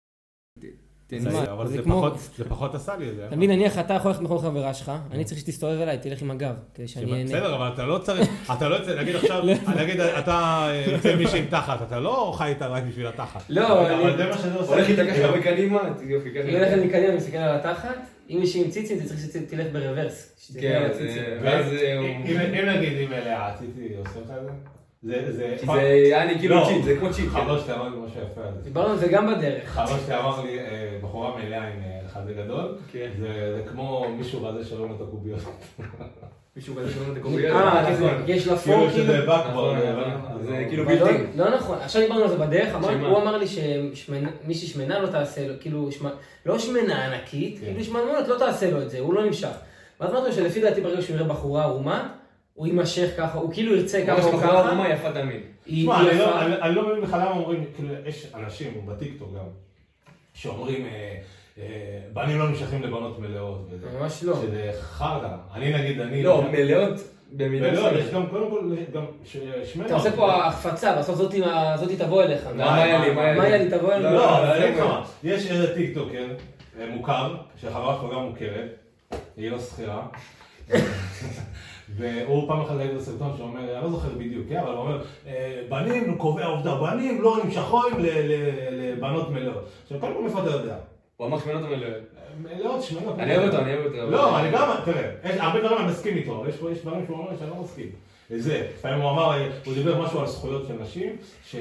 אבל זה פחות עשה לי את זה. אתה מבין, נניח אתה יכול ללכת מכל חברה שלך, אני צריך שתסתובב אליי, תלך עם הגב, כדי שאני אהנה. בסדר, אבל אתה לא צריך, נגיד עכשיו, נגיד אתה יוצא עם מישהי עם תחת, אתה לא חי איתה רק בשביל התחת. לא, אבל זה מה שזה עושה. הולך איתה ככה בקדימה, יופי ככה. אני הולך לקדימה, אני מסתכל על התחת, אם מישהי עם ציצים, זה צריך שתלך ברוורס. כן, ואז אם נגיד עם אליה, עשיתי, עושה לך את זה? זה יעני כאילו צ'יט, זה כמו צ'יט. חבר שלי אמר לי משהו יפה על זה. דיברנו על זה גם בדרך. חבר שלי אמר לי, בחורה מלאה עם חזה גדול, זה כמו מישהו רזה שלא מת הקוביות. מישהו כזה שלא מת הקוביות? יש לה פור כאילו. שזה בקבור. זה כאילו בלתי. לא נכון, עכשיו דיברנו על זה בדרך, הוא אמר לי שמישהי שמנה לא תעשה לו, כאילו, לא שמנה ענקית, כאילו שמנמונת לא תעשה לו את זה, הוא לא נמשך. ואז אמרתי לו שלפי דעתי ברגע שהוא יראה בחורה ערומה, הוא יימשך ככה, הוא כאילו ירצה ככה או ככה. ערומה יפה תמיד. תשמע, אני לא מבין בכלל למה אומרים, כאילו, יש אנשים, בטיקטוק גם, שאומרים, בנים לא נמשכים לבנות מלאות וזה. ממש לא. שזה חרדה. אני נגיד, לא, מלאות במידה מלאות, יש גם, קודם כל, גם שמנות. אתה עושה פה החפצה, בסוף זאתי תבוא אליך. מה היה לי? תבוא אליך. לא, אני אגיד לך, יש איזה טיקטוקר מוכר, שחברה שלו גם מוכרת, היא לא שכירה. והוא פעם אחת ראיתי בסרטון שאומר, אני לא זוכר בדיוק, אבל הוא אומר, בנים, קובע עובדה, בנים לא נמשכים לבנות מלאות. עכשיו, קודם כל איפה אתה יודע? הוא אמר שמנות או מלאות? מלאות, שמנות. אני אוהב אותו. לא, אני גם, תראה, הרבה דברים אני מסכים איתו, יש דברים שהוא אומר שאני לא מסכים. זה, לפעמים הוא אמר, הוא דיבר משהו על זכויות של נשים,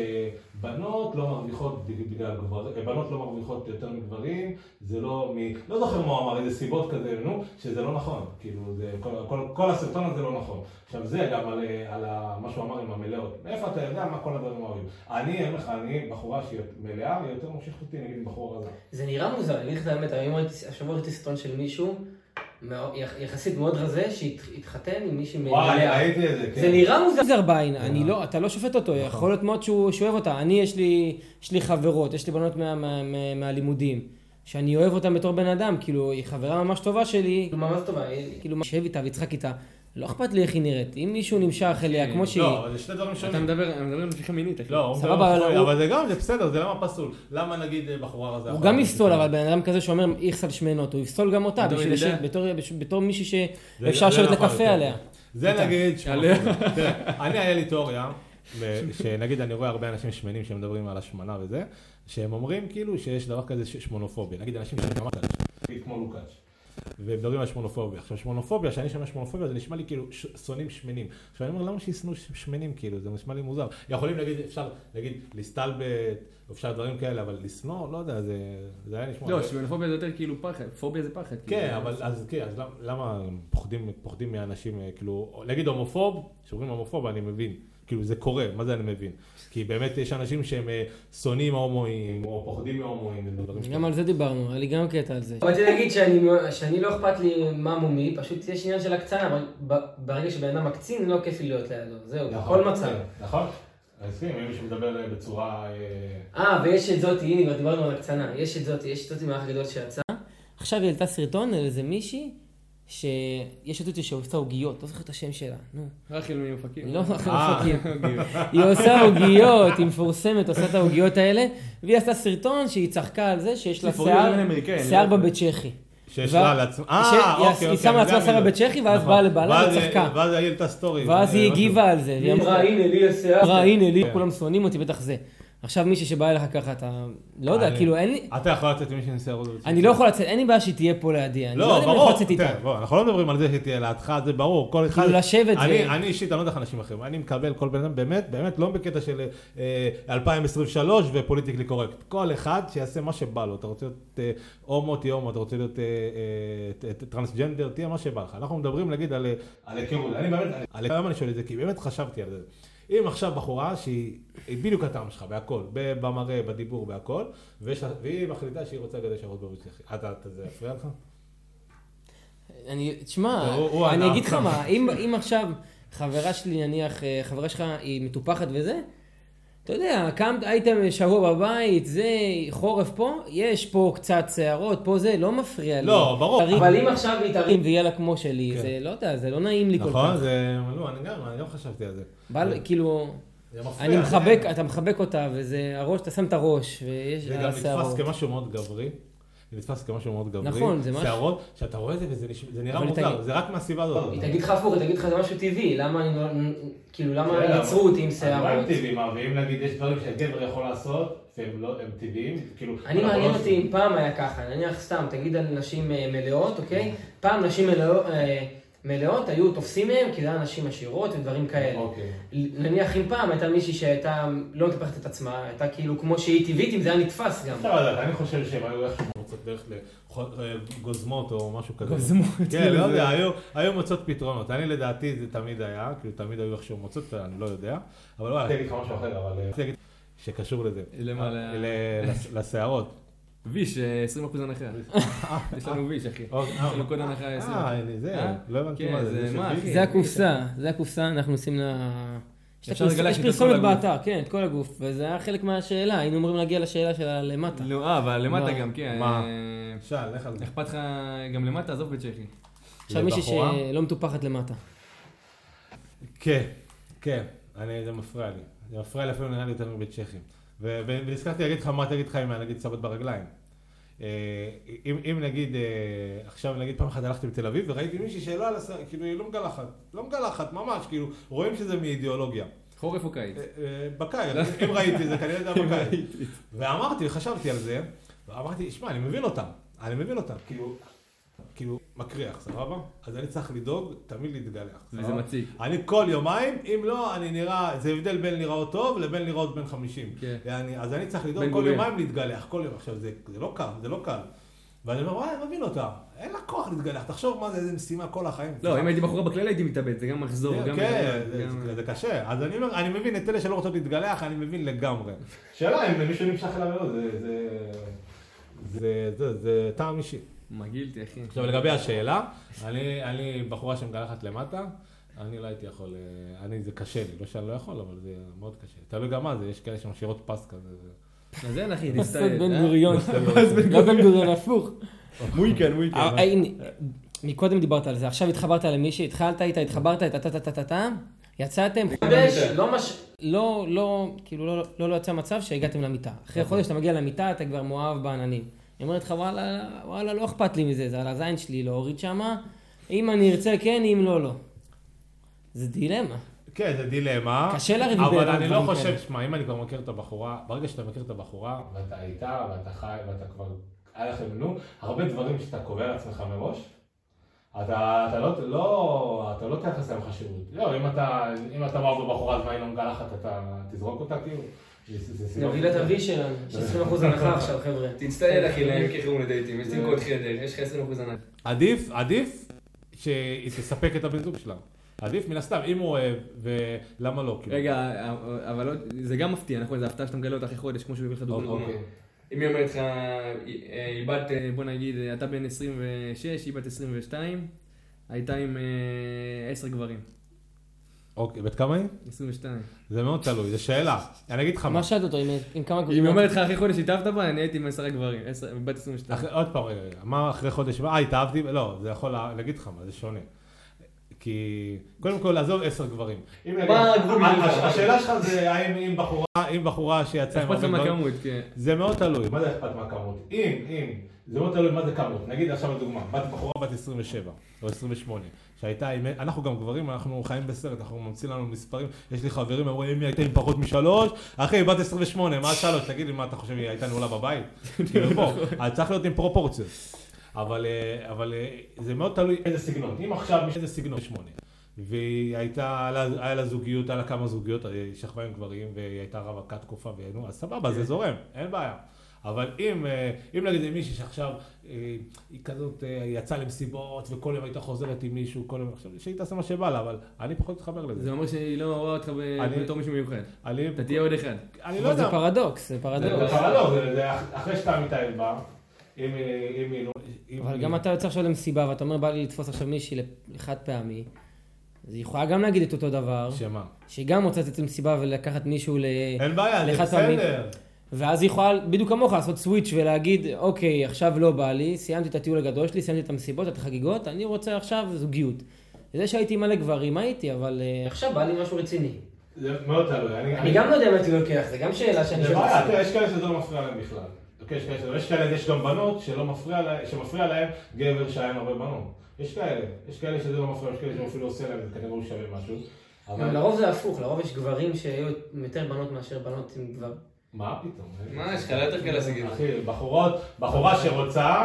שבנות לא מרוויחות בגלל גברים, בנות לא מרוויחות יותר מגברים, זה לא לא זוכר מה הוא אמר, איזה סיבות כזה, שזה לא נכון, כאילו, כל הסרטון הזה לא נכון. עכשיו זה גם על מה שהוא אמר עם המלאות, מאיפה אתה יודע מה כל הדברים אוהבים? אני בחורה שהיא מלאה, היא יותר מושכת אותי נגיד בחורה רזה. זה נראה מוזר, אני אגיד לך את האמת, השבוע ראיתי סרטון של מישהו, יחסית מאוד רזה, שהתחתן עם מישהי מלאה. וואי, ראיתי את זה, כן. זה נראה מוזר בעין, אתה לא שופט אותו, יכול להיות מאוד שהוא אוהב אותה. יש לי חברות, יש לי בנות מהלימודים, שאני אוהב אותה בתור בן אדם, כאילו, היא חברה ממש טובה שלי, ממש טובה, כאילו, שב איתה ויצחק איתה. לא אכפת לי איך היא נראית, אם מישהו נמשך אליה כמו שהיא... לא, אבל זה שני דברים שונים. אתה מדבר לפי מינית. לא, אבל זה גם, זה בסדר, זה למה פסול. למה נגיד בחורה רזה? הוא גם יפסול, אבל בן אדם כזה שאומר איכס על שמנות, הוא יפסול גם אותה, בתור מישהי שאפשר לשבת לקפה עליה. זה נגיד, אני היה לי תיאוריה, שנגיד אני רואה הרבה אנשים שמנים שמדברים על השמנה וזה, שהם אומרים כאילו שיש דבר כזה שמונופוביה, נגיד אנשים שממש כמו לוקאץ'. ומדברים על שמונופוביה. עכשיו, שמונופוביה, שאני שומע שמונופוביה, זה נשמע לי כאילו שונאים שמנים. עכשיו, אני אומר, למה שישנאו שמנים כאילו? זה נשמע לי מוזר. יכולים להגיד, אפשר להגיד, להסתלבט, או אפשר דברים כאלה, אבל לשנוא, לא יודע, זה היה נשמע... לא, שמונופוביה זה יותר כאילו פחד, פוביה זה פחד. כן, אבל אז למה פוחדים מאנשים, כאילו, נגיד הומופוב, שאומרים הומופוב, אני מבין. כאילו זה קורה, מה זה אני מבין? כי באמת יש אנשים שהם שונאים הומואים או פוחדים מהומואים. גם על זה דיברנו, היה לי גם קטע על זה. רציתי להגיד שאני לא אכפת לי מה מומי, פשוט יש עניין של הקצנה, אבל ברגע שבן אדם מקצין לא כיף לי להיות לידו, זהו, בכל מצב. נכון, אני מסכים, אם מישהו מדבר בצורה... ויש את זאת, הנה כבר דיברנו על הקצנה, יש את זאת עם האח הגדול שיצא. עכשיו היא העלתה סרטון על איזה מישהי, שיש אותי שעושה עוגיות, לא זוכר את השם שלה, נו. רחל מאופקים. לא רחל מאופקים. היא עושה עוגיות, היא מפורסמת, עושה את העוגיות האלה, והיא עשתה סרטון שהיא צחקה על זה שיש לה שיער בבית צ'כי. שיש לה לעצמה, אוקיי. היא שמה לעצמה שיער בבית צ'כי, ואז באה לבעלה וצחקה. ואז היא העלתה סטורי. ואז היא הגיבה על זה. היא אמרה, הנה לי השיער. הנה לי, כולם שונאים אותי, בטח זה. עכשיו מישהי שבא אליך ככה, אתה לא יודע, כאילו אין לי... אתה יכול לצאת עם מישהי נסיעה רודו? אני לא יכול לצאת, אין לי בעיה שהיא תהיה פה לידי. לא, ברור, אנחנו לא מדברים על זה שתהיה לידך, זה ברור. כאילו לשבת אני אישית, אני לא יודע איך אנשים אחרים, אני מקבל כל בן אדם, באמת, לא בקטע של 2023 ופוליטיקלי קורקט. כל אחד שיעשה מה שבא לו, אתה רוצה להיות הומו, תהיה הומו, אתה רוצה להיות טרנסג'נדר, תהיה מה שבא לך. אנחנו מדברים, נגיד, על היכרות. אני באמת, למה אני שואל את זה? כי באמת חשבתי על זה. אם עכשיו בחורה שהיא בדיוק הטעם שלך, בהכל, במראה, בדיבור, בהכל, והיא מחליטה שהיא רוצה לגדל שרות בבית צ'כי. זה יפריע לך? תשמע, אני אגיד לך מה, אם עכשיו חברה שלי, נניח, חברה שלך היא מטופחת וזה, אתה יודע, הייתם שבוע בבית, זה חורף פה, יש פה קצת שערות, פה זה לא מפריע לי. לא, ברור. אבל אם עכשיו היא תרים ויהיה לה כמו שלי, זה לא יודע, זה לא נעים לי כל כך. נכון, זה, לא, אני גם חשבתי על זה. כאילו, אתה מחבק אותה, וזה הראש, אתה שם את הראש, ויש לה שערות. זה גם נתפס כמשהו מאוד גברי. זה נתפס כמשהו מאוד גברי. נכון, זה משהו. שערות, שאתה רואה את זה וזה נראה מוזר, זה רק מהסיבה הזאת. היא תגיד לך הפוך, היא תגיד לך זה משהו טבעי, למה יצרו אותי עם שערות? הם טבעיים, ואם נגיד יש דברים שהגבר יכול לעשות, והם טבעיים, כאילו... אני מעניין אותי אם פעם היה ככה, נניח סתם, תגיד על נשים מלאות, אוקיי? פעם נשים מלאות היו תופסים מהם, כי זה היה נשים עשירות ודברים כאלה. נניח אם פעם הייתה מישהי שהייתה לא מטפחת את עצמה, הייתה כאילו כמו שהיא טבעית, אם זה היה נתפס גם. אני חושב שהם היו איכשהו מוצאות דרך לגוזמות או משהו כזה. גוזמות. כן, לא יודע, היו מוצאות פתרונות. אני לדעתי זה תמיד היה, כאילו תמיד היו איכשהו מוצאות, אני לא יודע. אבל לא, אני אגיד לך משהו אחר, אבל אני אגיד שקשור לזה. לשערות. ויש, 20% הנחה. יש לנו ויש, אחי. יש לנו קוד הנחה 20%. זה, לא הבנתי מה זה. זה הקופסה, אנחנו עושים לה... יש פרסומת באתר, כן, את כל הגוף, וזה היה חלק מהשאלה, היינו אומרים להגיע לשאלה שלה למטה. לא, אבל למטה גם, כן. מה? שאל, לך על זה. אכפת לך גם למטה, עזוב בצ'כי. עכשיו מישהי שלא מטופחת למטה. כן, כן, זה מפריע לי. זה מפריע לי אפילו נראה לי יותר מבית צ'כים. ונזכרתי להגיד לך מה תגיד לך אם נגיד צבת ברגליים. אם נגיד, עכשיו נגיד פעם אחת הלכתי בתל אביב וראיתי מישהי שלא על הסרט, כאילו היא לא מגלחת, ממש, כאילו רואים שזה מאידיאולוגיה. חורף או קיץ? בקיץ, אם ראיתי זה כנראה זה בקיץ. ואמרתי, חשבתי על זה, ואמרתי, שמע, אני מבין אותם, כאילו מקריח, סבבה? אז אני צריך לדאוג, תמיד להתגלח. וזה מציג. אני כל יומיים, אם לא, אני נראה, זה הבדל בין לראות טוב לבין לראות בין 50. אז אני צריך לדאוג כל יומיים להתגלח, כל יום. עכשיו, זה לא קל. ואני אומר, וואי, אני מבין אותה. אין לה כוח להתגלח, תחשוב מה זה, איזה משימה כל החיים. לא, אם הייתי בחורה בכלל הייתי מתאבד, זה גם מחזור. כן, זה קשה. אז אני אומר, אני מבין את אלה שלא רוצות להתגלח, אני מבין לגמרי. שאלה, אם מישהו נמשך אליו מאוד, זה טעם אישי. מגילתי, אחי. עכשיו, לגבי השאלה, אני בחורה שמגלחת למטה, אני לא הייתי יכול, זה קשה לי, לא שאני לא יכול, אבל זה מאוד קשה. תלוי גם מה זה, יש כאלה שמשאירות פס כזה. אז אין, אחי, מסות בן גוריון. לא בן גוריון, הפוך. מויקן. מקודם דיברת על זה, עכשיו התחברת למישהי, התחלת איתה, התחברת איתה, יצאתם חודש, כאילו לא יצא מצב שהגעתם למיטה. אחרי חודש אתה מגיע למיטה, אתה כבר מאוהב בעננים. היא אומרת לך, וואלה, לא אכפת לי מזה, זה על הזין שלי להוריד שמה, אם אני ארצה כן, אם לא, לא. זה דילמה. כן, זה דילמה. קשה לריב אבל אני לא חושב, שמע, אם אני כבר מכיר את הבחורה, ברגע שאתה מכיר את הבחורה, ואתה איתה, ואתה חי, ואתה כבר, היה לכם, הרבה דברים שאתה קובע לעצמך מראש, אתה לא תייחס להם חשיבות. לא, אם אתה מאוהב בבחורה, אז מה היא לא מגלחת, אתה תזרוק אותה כאילו. נביא לה את הוי שלנו, יש 20% הנחה עכשיו, חבר'ה. תצטער אחי, להם כחירום לדייטים, יש תמכות חדר, יש לך 20% הנחה. עדיף שהיא תספק את הבן זוג שלה. עדיף מן הסתם, אם הוא אוהב, ולמה לא? רגע, אבל זה גם מפתיע, נכון? זה הפתעה שאתה מגלה אותה אחרי חודש, כמו שהוא הביא לך דוגמא. אם היא אומרת לך, היא בת, בוא נגיד, אתה בן 26, היא בת 22, הייתה עם 10 גברים. אוקיי, בת כמה היא? 22. זה מאוד תלוי, זו שאלה. אני אגיד לך מה שאלת אותו, עם כמה גברים? אם היא אומרת לך אחרי חודש התאהבת בה, אני הייתי עם 10 גברים, בת 22. עוד פעם, רגע, מה אחרי חודש? התאהבתי? לא, זה יכול להגיד לך מה, זה שונה. כי קודם כל לעזוב 10 גברים. השאלה שלך זה האם בחורה שיצאה עם הרבה גברים. אכפת מהכמות, כן. זה מאוד תלוי. מה זה אכפת מהכמות? זה מאוד תלוי מה זה כמות. נגיד עכשיו לדוגמה, בחורה בת 27 או 28, שהייתה עם, אנחנו גם גברים, אנחנו חיים בסרט, אנחנו ממציאים לנו מספרים, יש לי חברים, אומרים, אם היא הייתה עם פחות מ3, אחי, בת 28, מה 3? תגיד לי מה אתה חושב, היא הייתה נעולה בבית? אז צריך להיות עם פרופורציות. אבל זה מאוד תלוי איזה סגנון. אם עכשיו איזה סגנון 8, והיא הייתה, היה לה זוגיות, היה לה כמה זוגיות, היא שכבה עם גברים, והיא הייתה רווקה תקופה, אז סבבה, זה זורם, אין בעיה. אבל אם נגיד מישהי שעכשיו היא כזאת יצאה למסיבות וכל יום הייתה חוזרת עם מישהו, כל יום, עכשיו שהיא תעשה מה שבא לה, אבל אני פחות מתחבר לזה. זה אומר שהיא לא רואה אותך בתור מישהו מיוחד. אתה תהיה עוד אחד. אני לא יודע. זה פרדוקס, זה פרדוקס. זה אחרי שאתה מתאהב בה, אבל גם אתה יוצא עכשיו למסיבה ואתה אומר בא לי לתפוס עכשיו מישהי לחד פעמי, אז היא יכולה גם להגיד את אותו דבר. שמה? שהיא גם רוצה לצאת למסיבה ולקחת מישהו אין בעיה, זה בסדר. ואז היא יכולה בדיוק כמוך לעשות סוויץ' ולהגיד, אוקיי, עכשיו לא בא לי, סיימתי את הטיול הגדול שלי, סיימתי את המסיבות, את החגיגות, אני רוצה עכשיו זוגיות. זה שהייתי מלא גברים, הייתי, אבל עכשיו בא לי משהו רציני. זה מאוד תלוי. אני גם לא יודע מה אתה לוקח, זה גם שאלה שאני שואל. זה בעיה, יש כאלה שזה לא מפריע להם בכלל. יש כאלה, יש גם בנות שמפריע להם גבר שהיה עם הרבה בנות. יש כאלה שזה לא מפריע, יש כאלה שאפילו עושה להם, זה כנראה הוא שווה משהו. לרוב זה הפוך, לרוב יש גברים שהיו יותר בנות מאשר בנות עם גבר. מה פתאום? מה, יש כאלה יותר כאלה סגים. אחי, בחורה שרוצה,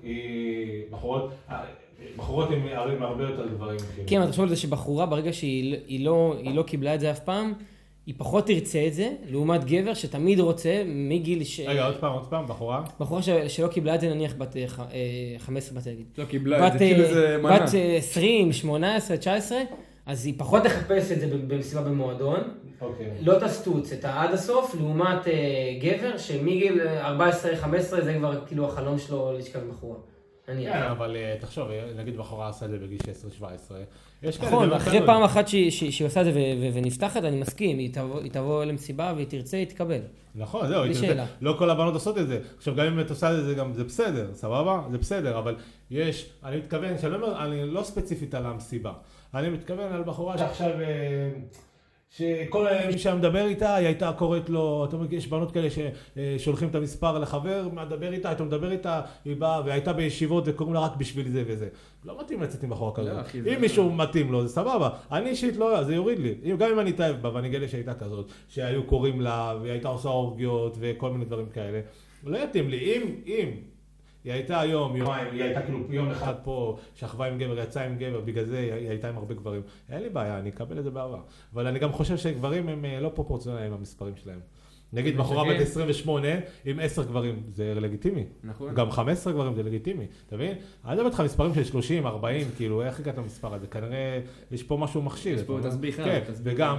בחורות הם הרבה יותר גברים. כן, אתה חושב על זה שבחורה ברגע שהיא לא קיבלה את זה אף פעם, היא פחות תרצה את זה, לעומת גבר שתמיד רוצה מגיל רגע, עוד פעם, בחורה? בחורה שלא קיבלה את זה נניח בת 15 בת נגיד. לא קיבלה את זה, כאילו זה מנה. בת 20, 18, 19, אז היא פחות תחפש את זה במסיבה במועדון. לא תסטוץ את עד הסוף, לעומת גבר שמגיל 14-15 זה כבר כאילו החלום שלו לשכב עם בחורה. כן, אבל תחשוב, נגיד בחורה עשה את זה בגיל 16-17. נכון, אחרי פעם אחת שהיא עושה את זה ונפתחת, אני מסכים, היא תבוא למסיבה והיא תרצה, היא תקבל. נכון, זהו, לא כל הבנות עושות את זה. עכשיו, גם אם את עושה את זה, זה בסדר, סבבה? זה בסדר, אבל יש, אני מתכוון, אני לא ספציפית על המסיבה, אני מתכוון על בחורה שעכשיו, שכל מי שמדבר איתה, היא הייתה קוראת לו, אתה אומר, יש בנות כאלה ששולחים את המספר לחבר, מדבר איתה, אתה מדבר איתה, היא באה והייתה בישיבות וקוראים לה רק בשביל זה וזה. לא מתאים לצאת עם בחורה כזאת. אם מישהו מתאים לו, זה סבבה. אני אישית לא, זה יוריד לי. גם אם אני אתאהב בה ואני גלה שהייתה כזאת, שהיו קוראים לה והיא הייתה עושה אורגיות וכל מיני דברים כאלה, לא יתאים לי. אם היא הייתה יומיים, היא הייתה כאילו יום אחד פה, שכבה עם גבר, יצאה עם גבר, בגלל זה היא הייתה עם הרבה גברים. אין לי בעיה, אני אקבל את זה בעבר. אבל אני גם חושב שגברים הם לא פרופורציונליים עם המספרים שלהם. נגיד בחורה בת 28 עם 10 גברים, זה לגיטימי. נכון. גם 15 גברים זה לגיטימי, אתה מבין? אני מדבר איתך מספרים של 30, 40, כאילו, איך הגעת למספר הזה? כנראה יש פה משהו מכשיר. יש פה תסביכה. כן, וגם,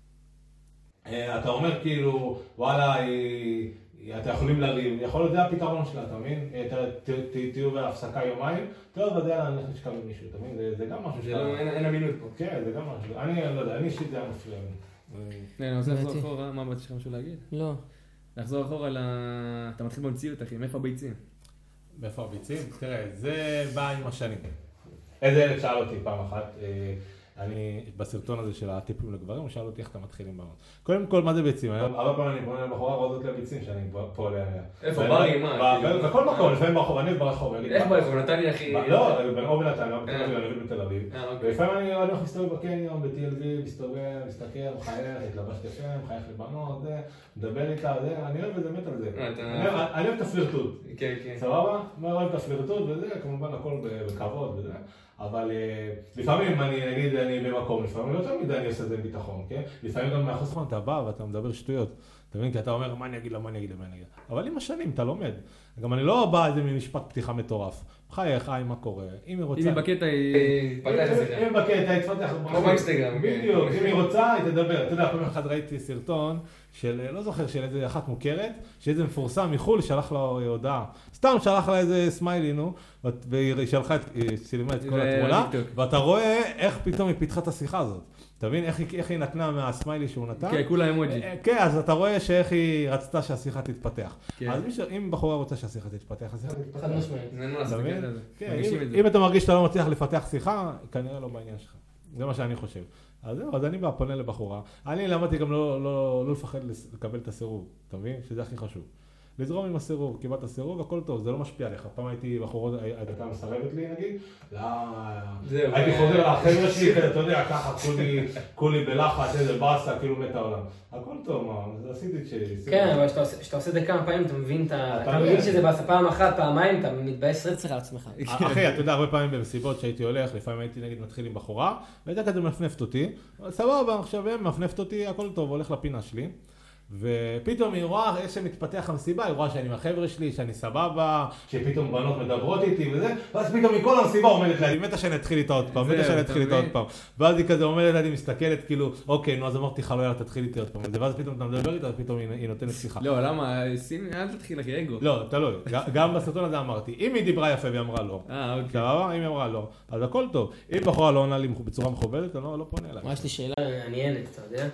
אתה אומר כאילו, וואלה, אתה יכולים לריב, יכול להיות, זה הפתרון שלה, אתה מבין? תהיו בהפסקה יומיים, טוב, אז יאללה, אני הולך לשכב עם מישהו, אתה מבין? זה גם משהו שלה. אין אמינות פה. כן, זה גם משהו. אני לא יודע, אני אישית זה היה מפריע לי. אני רוצה לחזור אחורה, מה באתי שלך משהו להגיד? לא. לחזור אחורה אתה מתחיל במציאות, אחי, מאיפה הביצים? מאיפה הביצים? תראה, זה בא עם השנים. איזה ילד שאל אותי פעם אחת, אני בסרטון הזה של הטיפים לגברים, הוא שאל אותי איך אתה מתחיל עם בנות. קודם כל, מה זה ביצים? הרבה פעמים אני פונה לבחורה רודות לביצים שאני פה עליה. איפה? ברי, מה? בכל מקום, לפעמים ברחוב, אני ברחוב. איך ברחוב? נתניה הכי... לא, או בנתניה, בתל אביב. ולפעמים אני הולך להסתובב בקניון, ב-TLV, מסתובב, מסתכל, מחייך, התלבש יפה, מחייך לבנות, מדבר איתה, אני אוהב את זה, מת על זה. אני אוהב את הפלירטוט. סבבה? אני אוהב את הפלירטוט וזה, כמובן הכל בכבוד וזה. אבל לפעמים אני במקום, לפעמים לא תמיד אני עושה את זה בביטחון, כן? לפעמים גם מאחורי זמן אתה בא ואתה מדבר שטויות. אתה מבין? כי אתה אומר, מה אני אגיד לה, מה אני אגיד לה, מה אני אגיד לה. אבל עם השנים אתה לומד. גם אני לא בא איזה ממשפט פתיחה מטורף. חייך, מה קורה? אם היא רוצה... אם היא בקטע, היא פתח את זה. אם היא בקטע, היא תפתח... כמו באינסטגרם. בדיוק, אם היא רוצה, היא תדבר. אתה יודע, פעם אחת ראיתי סרטון של, לא זוכר, של איזה אחת מוכרת, שאיזה מפורסם מחול שלח לה הודעה. סתם שלח לה איזה סמיילי, נו, והיא שלחה את, צילמה את כל התמונה, ואתה רואה איך פתאום היא פיתחה את השיחה הזאת. אתה מבין איך היא נתנה מהסמיילי שהוא נתן? כן, כולה אמוג'י. כן, אז אתה רואה שאיך היא רצתה שהשיחה תתפתח. אז אם בחורה רוצה שהשיחה תתפתח, השיחה תתפתח. חד משמעית. אם אתה מרגיש שאתה לא מצליח לפתח שיחה, כנראה לא בעניין שלך. זה מה שאני חושב. אז זהו, אז אני בא, פונה לבחורה. אני למדתי גם לא לפחד לקבל את הסירוב. אתה מבין? שזה הכי חשוב. לזרום עם הסירוב, קיבלת הסירוב, הכל טוב, זה לא משפיע עליך. פעם הייתי בחורות, הייתה מסרבת לי נגיד, הייתי חוזר לחבר'ה שלי, אתה יודע, ככה, כולי בלחץ, איזה באסה, כאילו מת העולם. הכל טוב, מה, עשיתי את שלי. כן, אבל כשאתה עושה את זה כמה פעמים, אתה מבין שזה באסה פעם אחת, פעמיים, אתה מתבאס רצח על עצמך. אחי, אתה יודע, הרבה פעמים במסיבות שהייתי הולך, לפעמים הייתי נגיד מתחיל עם בחורה, והייתה כזה מפנפת אותי, סבבה, עכשיו הם מפנפת אותי, הכל טוב, הולך לפינה שלי. ופתאום היא רואה איך שמתפתח המסיבה, היא רואה שאני עם החבר'ה שלי, שאני סבבה, שפתאום בנות מדברות איתי וזה, ואז פתאום מכל המסיבה עומדת לה, היא מתה שאני אתחיל איתה עוד פעם, ואז היא כזה עומדת לה, היא מסתכלת כאילו, אוקיי, נו אז אמרתי לך, לא יאללה, תתחיל איתי עוד פעם, ואז פתאום אתה מדבר איתה, ופתאום היא נותנת שיחה. לא, למה? אל תתחיל לך אגו. לא, תלוי, גם בסרטון הזה אמרתי, אם היא דיברה יפה והיא אמרה לא, סבבה? אם היא אמרה לא, אז הכל טוב. אם בחורה לא עונה לי בצורה מכובדת, אני לא פונה אליי. יש לי שאלה מעניינת, אתה יודע?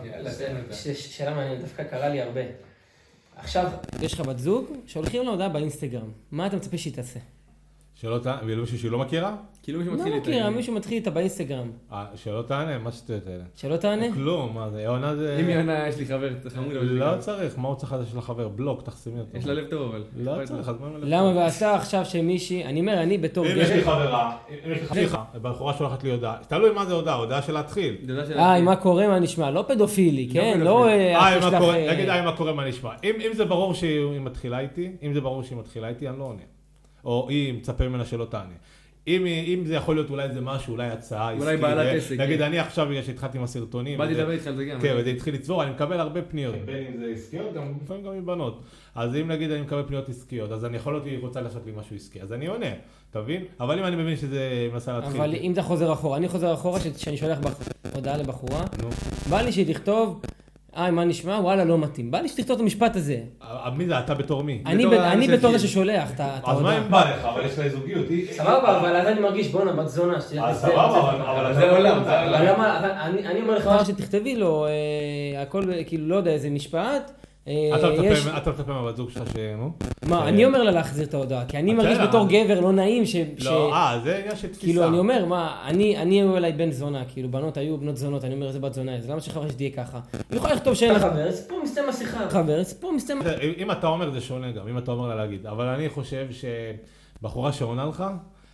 שאלה מעניינת, דווקא קרה לי הרבה. עכשיו, יש לך בת זוג שהולכים להודעה באינסטגרם. מה אתה מצפה שהיא תעשה? שלא תענה, ואילו מישהו שהיא לא מכירה? כאילו מישהו מתחיל איתה. לא מכירה, מישהו מתחיל איתה באינסטגרם. שלא תענה, מה שטויות האלה? שלא תענה? כלום, מה זה, עונה זה... אם היא עונה, יש לי חבר, חמוד. לא צריך, מה הוא צריך לדעת של החבר? בלוק, תחסמי אותו. יש לה לב טוב, אבל... לא צריך, אז מה עם הלב טוב? למה ועשה עכשיו שמישהי, אני אומר, אני בתור אם יש לי חברה, בחורה שולחת לי הודעה, תלוי מה זה הודעה של להתחיל. מה קורה, מה נשמע? לא פדופילי, כן? לא... נגיד, מה קורה, מה נשמע. אם זה ברור שהיא מתחילה איתי, אני לא עונה. או היא מצפה ממנה שלא תענה. אם זה יכול להיות אולי איזה משהו, אולי הצעה עסקית. אולי בעלת עסק. נגיד, אני עכשיו בגלל שהתחלתי עם הסרטונים. באתי לדבר איתך על זה גם. כן, וזה התחיל לצבור, אני מקבל הרבה פניות. בין אם זה עסקיות, לפעמים גם מבנות. אז אם נגיד אני מקבל פניות עסקיות, אז אני יכול להיות, היא רוצה לעשות לי משהו עסקי. אז אני עונה, תבין? אבל אם אני מבין שזה מנסה להתחיל. אבל אם אתה חוזר אחורה, אני חוזר אחורה שאני שולח הודעה לבחורה, בא לי שהיא תכתוב, מה נשמע? וואלה, לא מתאים. בא לי שתכתוב את המשפט הזה. מי זה? אתה בתור מי? אני בתור זה ששולח את ההודעה. אז מה אם בא לך? אבל יש לה זוגיות. סבבה, אבל אז אני מרגיש, בואנה, בת זונה. סבבה, אבל זה עולם. אני אומר לך שתכתבי לו, הכל, כאילו, לא יודע, איזה משפט. אתה מצפה מהבת זוג שלך שנו? מה, אני אומר לה להחזיר את ההודעה, כי אני מרגיש בתור גבר לא נעים לא, זה עניין של תפיסה. כאילו, אני אומר, מה, אני היו אליי בן זונה, כאילו, בנות היו בנות זונות, אני אומר, זה בת זונה, אז למה שחבר שתהיה ככה? אני יכול לכתוב שאין לך חבר, אז פה מסתם השיחה. חבר, אז פה מסתם... אם אתה אומר, זה שונה גם, אם אתה אומר לה להגיד, אבל אני חושב שבחורה שעונה לך,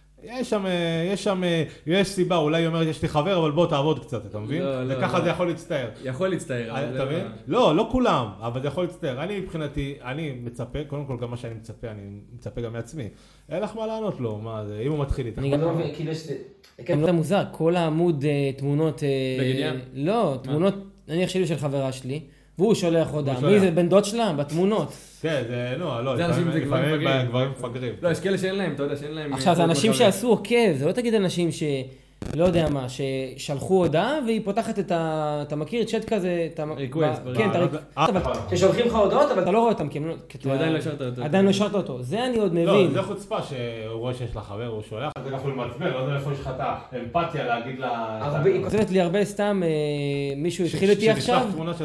יש סיבה, אולי היא אומרת, יש לי חבר, אבל בוא תעבוד קצת, אתה מבין? וככה זה יכול להצטער. יכול להצטער. אתה מבין? לא כולם, אבל זה יכול להצטער. אני מבחינתי, אני מצפה, קודם כל גם מה שאני מצפה, אני מצפה גם מעצמי. אין לך מה לענות לו, מה זה, אם הוא מתחיל איתך. אני גם לא מבין, כאילו זה מוזר, כל העמוד תמונות... בגניין? לא, תמונות, נניח שלי של חברה שלי, והוא שולח הודעה. מי זה, בן דוד שלה? בתמונות. כן, לא, זה אנשים זה גברים מפגרים. לא, יש כאלה שאין להם, אתה יודע, שאין להם... עכשיו, זה אנשים שעשו עוקב, זה לא תגיד אנשים לא יודע מה, ששלחו הודעה והיא פותחת אתה מכיר צ'אט כזה, ריקווסט, כן, ששולחים לך הודעות, אבל אתה לא רואה אותם, כי עדיין לא השארת אותו. זה אני עוד מבין. לא, זה חוצפה שהוא רואה שיש לה חבר, הוא שולח, זה יכול מעצבן, לא יודע איפה יש לך את האמפתיה להגיד לה... היא כותבת לי הרבה סתם, מישהו התחיל איתי עכשיו,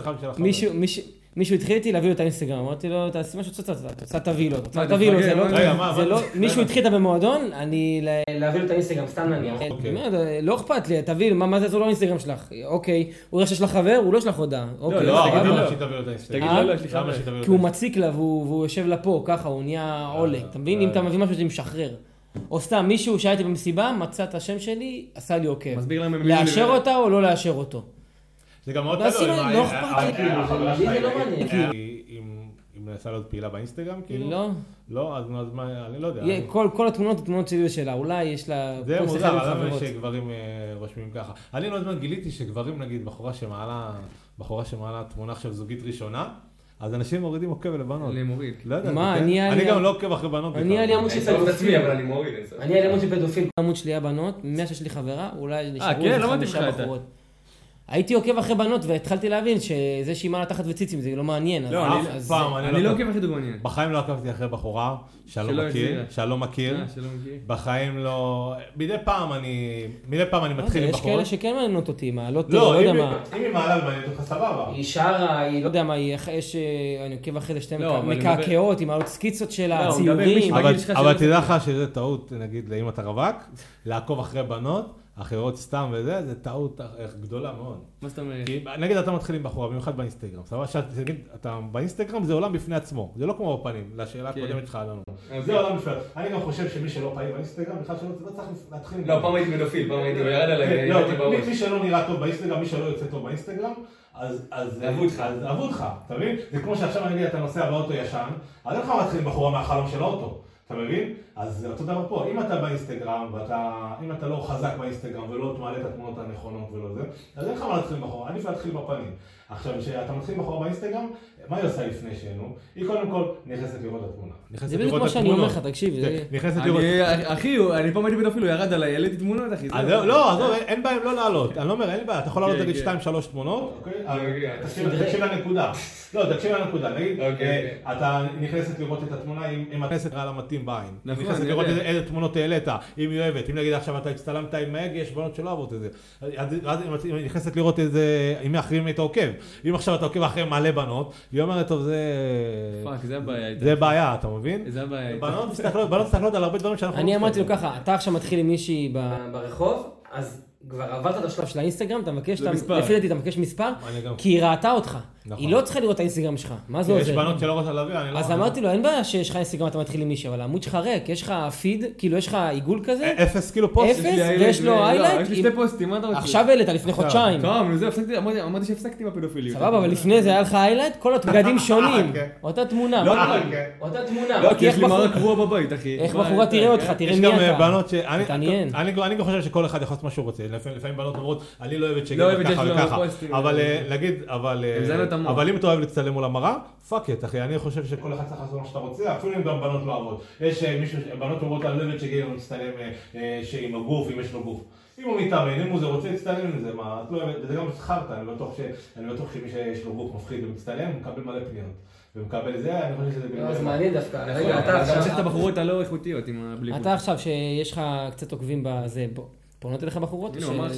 מישהו התחיל איתי להביא לו את האינסטגרם, אמרתי לו, תעשי משהו תוצאה תביא לו, זה לא, מישהו התחיל איתה במועדון, אני להביא לו את האינסטגרם, סתם נניח. לא אכפת לי, תביא, מה זה, זה לא האינסטגרם שלך, אוקיי, הוא רואה שיש לך חבר, הוא לא שלח הודעה. לא, תגיד לו שתביא לו את האינסטגרם. כי הוא מציק לה והוא יושב לה פה, ככה, הוא נהיה עולה, אתה מבין? אם אתה מביא משהו זה משחרר. או סתם, מישהו שהייתי במסיבה, מצא את השם שלי, עשה לי עוקב. לאשר אותה או לא לאשר אותו? זה גם מאוד תלוי, לא אכפת לי, זה לא מעניין. אם נעשה להיות פעילה באינסטגרם, כאילו? לא. לא, אז מה, אני לא יודע. כל התמונות שלי ושלה, אולי יש לה... זה מוזר, למה שגברים רושמים ככה. אני לא זמן גיליתי שגברים, נגיד, בחורה שמעלה תמונה עכשיו זוגית ראשונה, אז אנשים מורידים עוקב לבנות. אני מוריד. לא יודע, אני גם לא עוקב אחרי בנות. אני על עמוד של פדופיל. אבל אני מוריד. אני על עמוד של פדופיל. העמוד שלי הבנות, ממה שיש לי חברה, אולי נשארו 5 בחורות. הייתי עוקב אחרי בנות והתחלתי להבין שזה שהיא מעלה תחת וציצים זה לא מעניין. לא, אני לא עוקב אחרי דוגמניות. בחיים לא עקבתי אחרי בחורה שאני לא מכיר. בחיים לא... מדי פעם אני מתחיל עם בחורות. יש כאלה שכן מעניינות אותי, מעלות, לא יודע מה. אם היא מעלה ומעניינת אותך סבבה. היא שרה, היא לא יודע מה, אני עוקב אחרי זה שתי מקעקעות, היא מעלות סקיצות שלה, ציורים. אבל תדע לך שזה טעות, נגיד, אם אתה רווק, לעקוב אחרי בנות. אחרות סתם וזה, זה טעות גדולה מאוד. מה זאת אומרת? נגיד אתה מתחיל עם בחורה, במיוחד באינסטגרם, סבבה? אתה באינסטגרם זה עולם בפני עצמו, זה לא כמו בפנים, לשאלה הקודמת שלך עלינו. זה עולם בפני עצמו. אני גם חושב שמי שלא פעיל באינסטגרם, בכלל שלא צריך להתחיל... לא, פעם הייתי פדופיל, פעם הייתי ירד עליי, הייתי בראש. מי שלא נראה טוב באינסטגרם, מי שלא יוצא טוב באינסטגרם, אז אהבו אותך, אתה מבין? זה כמו שעכשיו אני אגיד, אתה נוסע באוטו ישן, אז אין לך מתחיל עם בחורה מהחלום של האוטו. אתה מבין? אז אותו דבר פה, אם אתה באינסטגרם, אם אתה לא חזק באינסטגרם ולא מעלה את התמונות הנכונות ולא זה, אז אין לך מה להתחיל בחורה, עדיף להתחיל בפנים. עכשיו, כשאתה מתחיל בחורה באינסטגרם, מה היא עושה לפני שנו? היא קודם כל נכנסת לראות את התמונה. זה בדיוק כמו שאני אומר לך, תקשיב. נכנסת לראות... אחי, אני פעם הייתי פדופיל, הוא ירד עליי, העליתי תמונות, אחי. לא, אין בהם לא לעלות. אני לא אומר, אין לי בעיה, אתה יכול לעלות נגיד 2-3 תמונות. תקשיב לנקודה. לא, תקשיב לנקודה. נגיד, אתה נכנסת לראות את התמונה אם הכנסת ראה לה מתאים בעין. נכנסת לראות איזה תמונות העלית, אם היא אוהבת. אם נגיד עכשיו אתה הצטלמת עם מג, יש בנות שלא אוהבות את זה. אז אם נכנסת לראות איזה, אם מאחרים אתה עוקב. אם עכשיו אתה עוקב אחרי מלא בנות, היא אומרת, טוב, זה הבעיה. זה בעיה, אתה מבין? זה הבעיה. בנות מסתכלות על הרבה דברים שאנחנו... אני אמרתי לו ככה, אתה עכשיו מתחיל עם מישהי ברחוב, אז כבר עברת את השלב של האינסטגרם, אתה מבקש, לפי דעתי אתה מבקש מספר, כי היא ראתה אותך. היא לא צריכה לראות את האינסטגרם שלך. מה זה עוזר? יש בנות שלא רוצה להביא, אני לא... אז אמרתי לו, אין בעיה שיש לך אינסטגרם, אתה מתחיל עם מישהי, אבל העמוד שלך ריק, יש לך פיד, כאילו יש לך עיגול כזה. 0 כאילו פוסט. 0, ויש לו היילייט. יש לי 2 פוסטים, מה אתה רוצה? עכשיו העלית, לפני חודשיים. טוב, אמרתי שהפסקתי עם הפדופיליות. סבבה, אבל לפני זה היה לך היילייט, כל הבגדים שונים. אותה תמונה. אותה תמונה. לא, כי יש לי מראה קבוע בבית, אחי. איך בחורה תראה אותך, תראה מי אתה. יש גם בנות ש... תתעניין. אני גם חושב שכל אחד יכול לעשות מה שהוא רוצה. לפעמים בנות אומרות, אני לא אוהבת שגר ככה וככה. אבל נגיד, אבל אם אתה אוהב להצטלם מול המראה, פאק את, אחי. אני חושב שכל אחד צריך לעשות מה שאתה רוצה, אפילו אם גם בנות לא אוהבות. יש מישהו, בנות אומרות, אני לא אוהבת שגר מצטלם עם הגוף, אם יש לו גוף. אם הוא מתאמן, אם הוא רוצה להצטלם עם זה, מה, את לא אוהבת, וזה גם שחרת, אני בטוח שמי שיש לו גוף מפחיד ומצטלם, הוא מקבל מלא פניות. ומקבל זה, אני חושב שזה בגלל... אז מעניין דווקא. רגע, אתה חושב את הבחורות הלא איכותיות עם הבלי... אתה עכשיו שיש לך קצת עוקבים בזה, פונות אליך בחורות?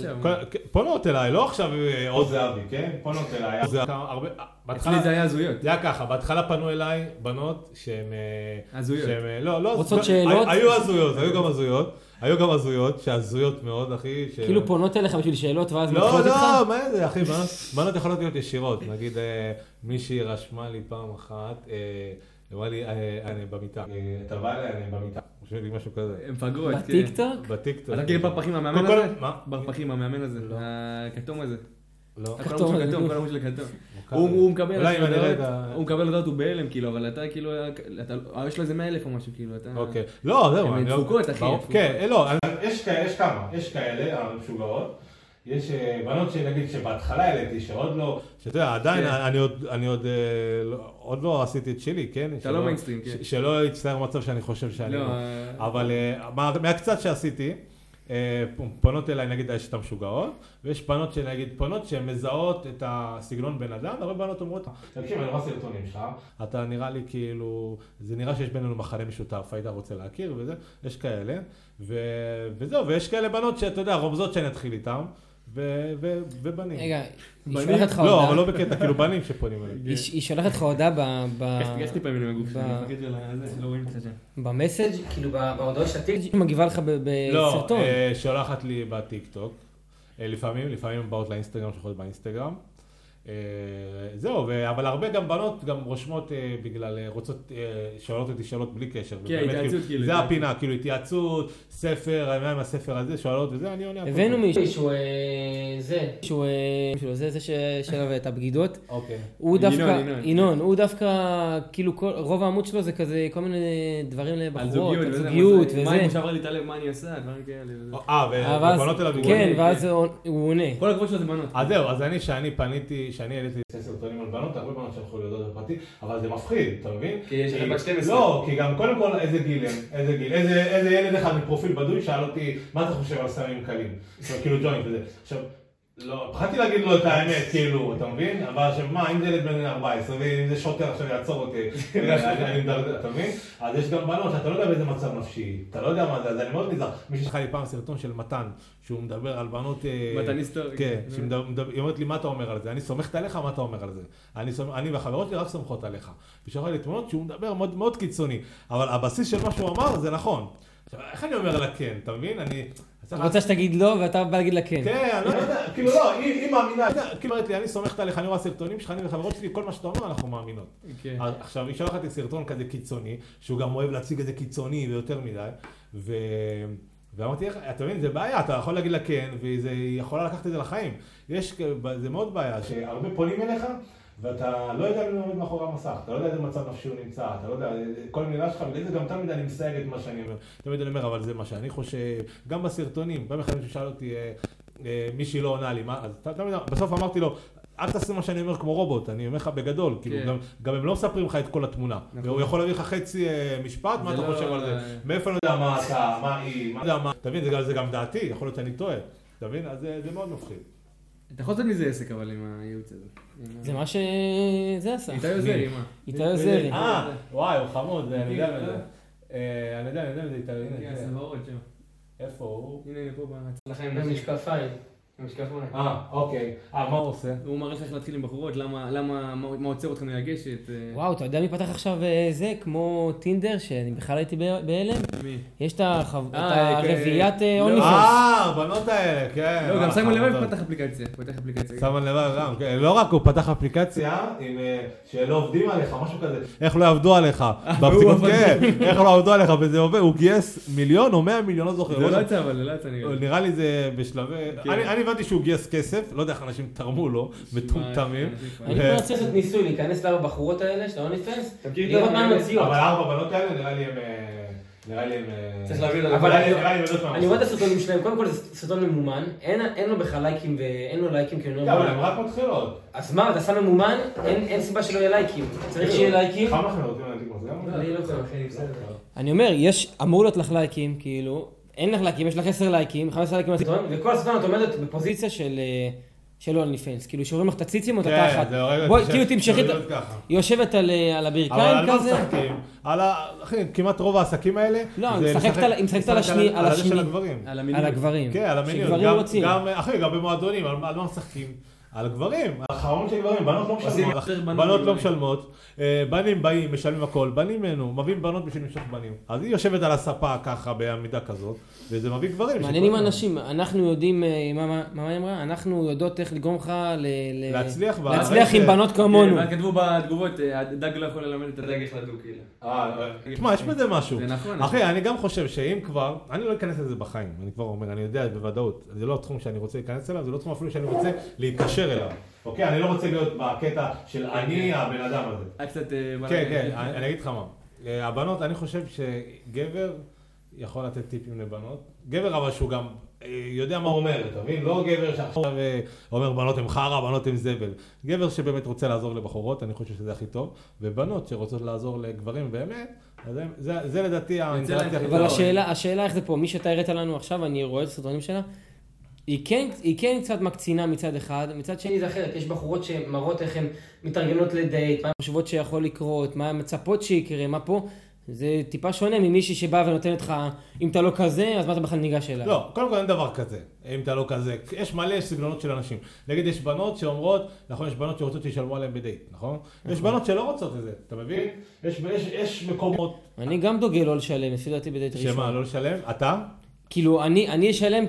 פונות אליי, לא עכשיו עוד זהבי, כן? פונות אליי. אצלי זה היה הזויות. זה היה ככה, בהתחלה פנו אליי בנות שהן... הזויות. לא, רוצות שאלות? היו הזויות, היו גם הזויות, שהזויות מאוד, אחי. כאילו פונות אליך בשביל שאלות ואז מתחילות איתך? לא, מה זה, אחי? בנות יכולות להיות ישירות. נגיד, מישהי רשמה לי פעם אחת, אמרה לי, אני במיטה. אתה בא אליי, אני במיטה. חושב לי משהו כזה. הם פגעו, בטיקטוק? בטיקטוק. אתה מכיר פרפחים המאמן הזה? מה? פרפחים המאמן הזה, הכתום הזה. לא. כל העמוד של הכתום. הוא מקבל הודעות, הוא בהלם, כאילו, אבל אתה כאילו, יש לו איזה 100,000 או משהו, כאילו, אתה... אוקיי. לא, זהו. הם דפוקות, אחי. כן, לא, יש כמה, יש כאלה, המשוגעות. יש בנות שנגיד שבהתחלה העליתי, שעוד לא, שאתה יודע, עדיין אני עוד לא עשיתי את שלי, כן? אתה לא מיינסטרים, כן. שלא יצטער מצב שאני חושב שאני לא. אבל מהקצת שעשיתי, פונות אליי נגיד יש את המשוגעות, ויש בנות שנגיד פונות שהן מזהות את הסגנון בן אדם, הרבה בנות אומרות, תקשיב, אני רואה סרטונים שלך, אתה נראה לי כאילו, זה נראה שיש בינינו מחנה משותף, היית רוצה להכיר וזה, יש כאלה, וזהו, ויש כאלה בנות שאתה יודע, רומזות שאני אתחיל איתם, ובנים. רגע, היא שולחת לך הודעה. לא, אבל לא בקטע, כאילו בנים שפונים אליי. היא שולחת לך הודעה גשתי פעמים עם הגוף שלי, מפקד של זה, לא רואים את זה. במסאג', כאילו בהודעות של הטיקטוק, היא מגיבה לך בסרטון. לא, שולחת לי בטיקטוק. לפעמים הן באות לאינסטגרם, שולחות באינסטגרם. זהו, אבל הרבה גם בנות גם רושמות בגלל רוצות, שואלות אותי שאלות בלי קשר. כן, התייעצות כאילו. זה הפינה, כאילו התייעצות, ספר, מה עם הספר הזה, שואלות וזה, אני עונה. הבאנו מישהו, זה ששלב את הבגידות. אוקיי. הוא דווקא, ינון, הוא דווקא, כאילו רוב העמוד שלו זה כזה כל מיני דברים לבחורות, על זוגיות וזה. מה אם שעבר לי את הלב, מה אני עושה, דברים כאלה. ובנות אליו. כן, ואז הוא עונה. כל הקבוצות שלו זה בנות. אז זהו, אז שאני פניתי, שאני העליתי סרטונים על בנות, הרבה בנות שלחו להודות בפרטי, אבל זה מפחיד, אתה מבין? כי יש לך בת 12. לא, כי גם קודם כל איזה גיל הם, איזה ילד אחד מפרופיל בדוי שאל אותי, מה אתה חושב על סמים קלים? כאילו ג'וינט וזה. עכשיו, לא, פחדתי להגיד לו את האמת, כאילו, אתה מבין? אבל עכשיו, מה, אם זה ילד בן 14, ואם זה שוטר עכשיו יעצור אותי, אתה מבין? אז יש גם בנות שאתה לא יודע באיזה מצב נפשי, אתה לא יודע מה זה, אז אני מאוד נזהר. מישהו שלחה לי פעם סרטון של מתן, שהוא מדבר על בנות... מתן היסטורי. כן, היא אומרת לי, מה אתה אומר על זה? אני סומכת עליך, מה אתה אומר על זה? אני והחברות שלי רק סומכות עליך. ושלחה לי תמונות שהוא מדבר מאוד מאוד קיצוני, אבל הבסיס של מה שהוא אמר זה נכון. עכשיו, איך אני אומר לה כן, אתה מבין? אתה רוצה שתגיד לא ואתה בא להגיד לה כן. כן, אני לא יודע, כאילו לא, היא מאמינה, כאילו אומרת לי, אני סומכת עליך, אני רואה סרטונים שלך, אני וחברות שלי, כל מה שאתה אומר אנחנו מאמינות. עכשיו, היא שולחת לי סרטון כזה קיצוני, שהוא גם אוהב להציג את זה קיצוני ויותר מדי, ואמרתי, אתה מבין, זה בעיה, אתה יכול להגיד לה כן, והיא יכולה לקחת את זה לחיים. זה מאוד בעיה, שהרבה פונים אליך, ואתה לא יודע מי עומד מאחורי המסך, אתה לא יודע איזה מצב נפשי הוא נמצא, אתה לא יודע, כל מילה שלך, בגלל זה גם תמיד אני מסייג את מה שאני אומר, תמיד אני אומר, אבל זה מה שאני חושב, גם בסרטונים, פעם אחד ששאל אותי, מישהי לא עונה לי, אז תמיד, בסוף אמרתי לו, אל תעשה מה שאני אומר כמו רובוט, אני אומר לך בגדול, כאילו גם הם לא מספרים לך את כל התמונה, הוא יכול להביא לך חצי משפט, מה אתה חושב על זה, מאיפה אני יודע מה אתה, מה היא, תבין, זה גם דעתי, יכול להיות שאני טועה, תבין, אז זה מאוד מפחיד. אתה יכול לעשות מזה עסק אבל עם הייעוץ הזה. זה מה שזה עשה. איתי עוזרי, מה? איתי עוזרי. וואי, הוא חמוד, אני יודע מזה. אני יודע מזה איתי. כן, סברות שם. איפה הוא? הנה פה בארץ. לכם במשקפיים. אוקיי. מה הוא עושה? הוא מראה לך איך להתחיל עם בחורות, מה עוצר אותך מלגשת. וואו, אתה יודע מי פתח עכשיו זה, כמו טינדר, שאני בכלל הייתי בהלם? מי? יש את הרביעיית אוניפנס. בנות האלה, כן. לא, גם סיימון לבב פתח אפליקציה. סיימון לבב גם, כן. לא רק הוא פתח אפליקציה, שלא עובדים עליך, משהו כזה. איך לא עבדו עליך? בפסיקות, כן. איך לא עבדו עליך, וזה עובד. הוא גייס מיליון או 100 מיליון, לא זוכר. זה לא יצא, אבל לא יצא נראה לי זה בשלבי... אני הבנתי שהוא גייס כסף, לא יודע איך אנשים תרמו לו, מטומטמים. אני כבר רוצה לעשות ניסוי, להיכנס לארבע בחורות האלה, של האוניפנס, לראות מה הן מציעות. אבל הארבע בנות האלה נראה לי הם... צריך להבין את אבל אני רואה את הסרטונים שלהם, קודם כל זה סרטון ממומן, אין לו בכלל לייקים ואין לו לייקים כי הוא לא... אבל הם רק מתחילות. אז מה, אתה שם ממומן, אין סיבה שלא יהיה לייקים. צריך שיהיה לייקים. כמה לכם רוצים להדליק מוזגן? אני אומר, אמור להיות לך לייקים, כאילו, אין לך לייקים, יש לך 10 לייקים, 15 לייקים לסרטון, וכל הסרטון את עומדת בפוזיציה של אוניפנס, כאילו שוברים לך את הציצים או את התחת. בואי, כאילו תמשכי, היא יושבת על הברכיים כזה. אבל על מה משחקים? אחי, כמעט רוב העסקים האלה, היא משחקת על השני, על הגברים. כן, על המיניות. אחי, גם במועדונים, על מה משחקים? על גברים, על חרמון של גברים, בנות לא משלמות, בנים באים, משלמים הכל, בנים ממנו, מביאים בנות בשביל למשוך בנים. אז היא יושבת על הספה ככה בעמידה כזאת, וזה מביא גברים. מעניינים אנשים, אנחנו יודעים, מה היא אמרה? אנחנו יודעות איך לגרום לך להצליח עם בנות כמונו. כתבו בתגובות, הדג לא יכול ללמד את הדג איך לדוג, כאילו. תשמע, יש בזה משהו. אחי, אני גם חושב שאם כבר, אני לא אכנס לזה בחיים, אני כבר אומר, אני יודע בוודאות, זה לא התחום שאני רוצה להיכנס אליו, זה לא תחום אפילו שאני רוצה להתקשר אליו. אוקיי, אני לא רוצה להיות בקטע של אני הבן אדם הזה. כן, כן, אני אגיד לך מה. הבנות, אני חושב שגבר יכול לתת טיפים לבנות. גבר אבל שהוא גם יודע מה הוא אומר, אתה מבין? לא גבר שעכשיו אומר בנות הם חרא, בנות הם זבל. גבר שבאמת רוצה לעזור לבחורות, אני חושב שזה הכי טוב. ובנות שרוצות לעזור לגברים באמת, זה לדעתי האינטראקציה הכי טובה. אבל השאלה איך זה פה, מי שאתה הראת לנו עכשיו, אני רואה את הסרטונים שלה, היא כן קצת מקצינה מצד אחד, מצד שני זה אחרת, יש בחורות שמראות איך הן מתארגנות לדייט, מה הן חושבות שיכול לקרות, מה הן מצפות שיקרה, מה פה, זה טיפה שונה ממישהי שבאה ונותנת לך, אם אתה לא כזה, אז מה אתה בכלל ניגש אליו? לא, קודם כל אין דבר כזה, אם אתה לא כזה, יש מלא סגנונות של אנשים, נגיד יש בנות שאומרות, נכון, יש בנות שרוצות שישלמו עליהן בדייט, נכון? יש בנות שלא רוצות את זה, אתה מבין? יש מקומות... אני גם דוגל לא לשלם, לפי דעתי בדייט ראשון. שמה, לא לשלם? אתה? כאילו, אני אשלם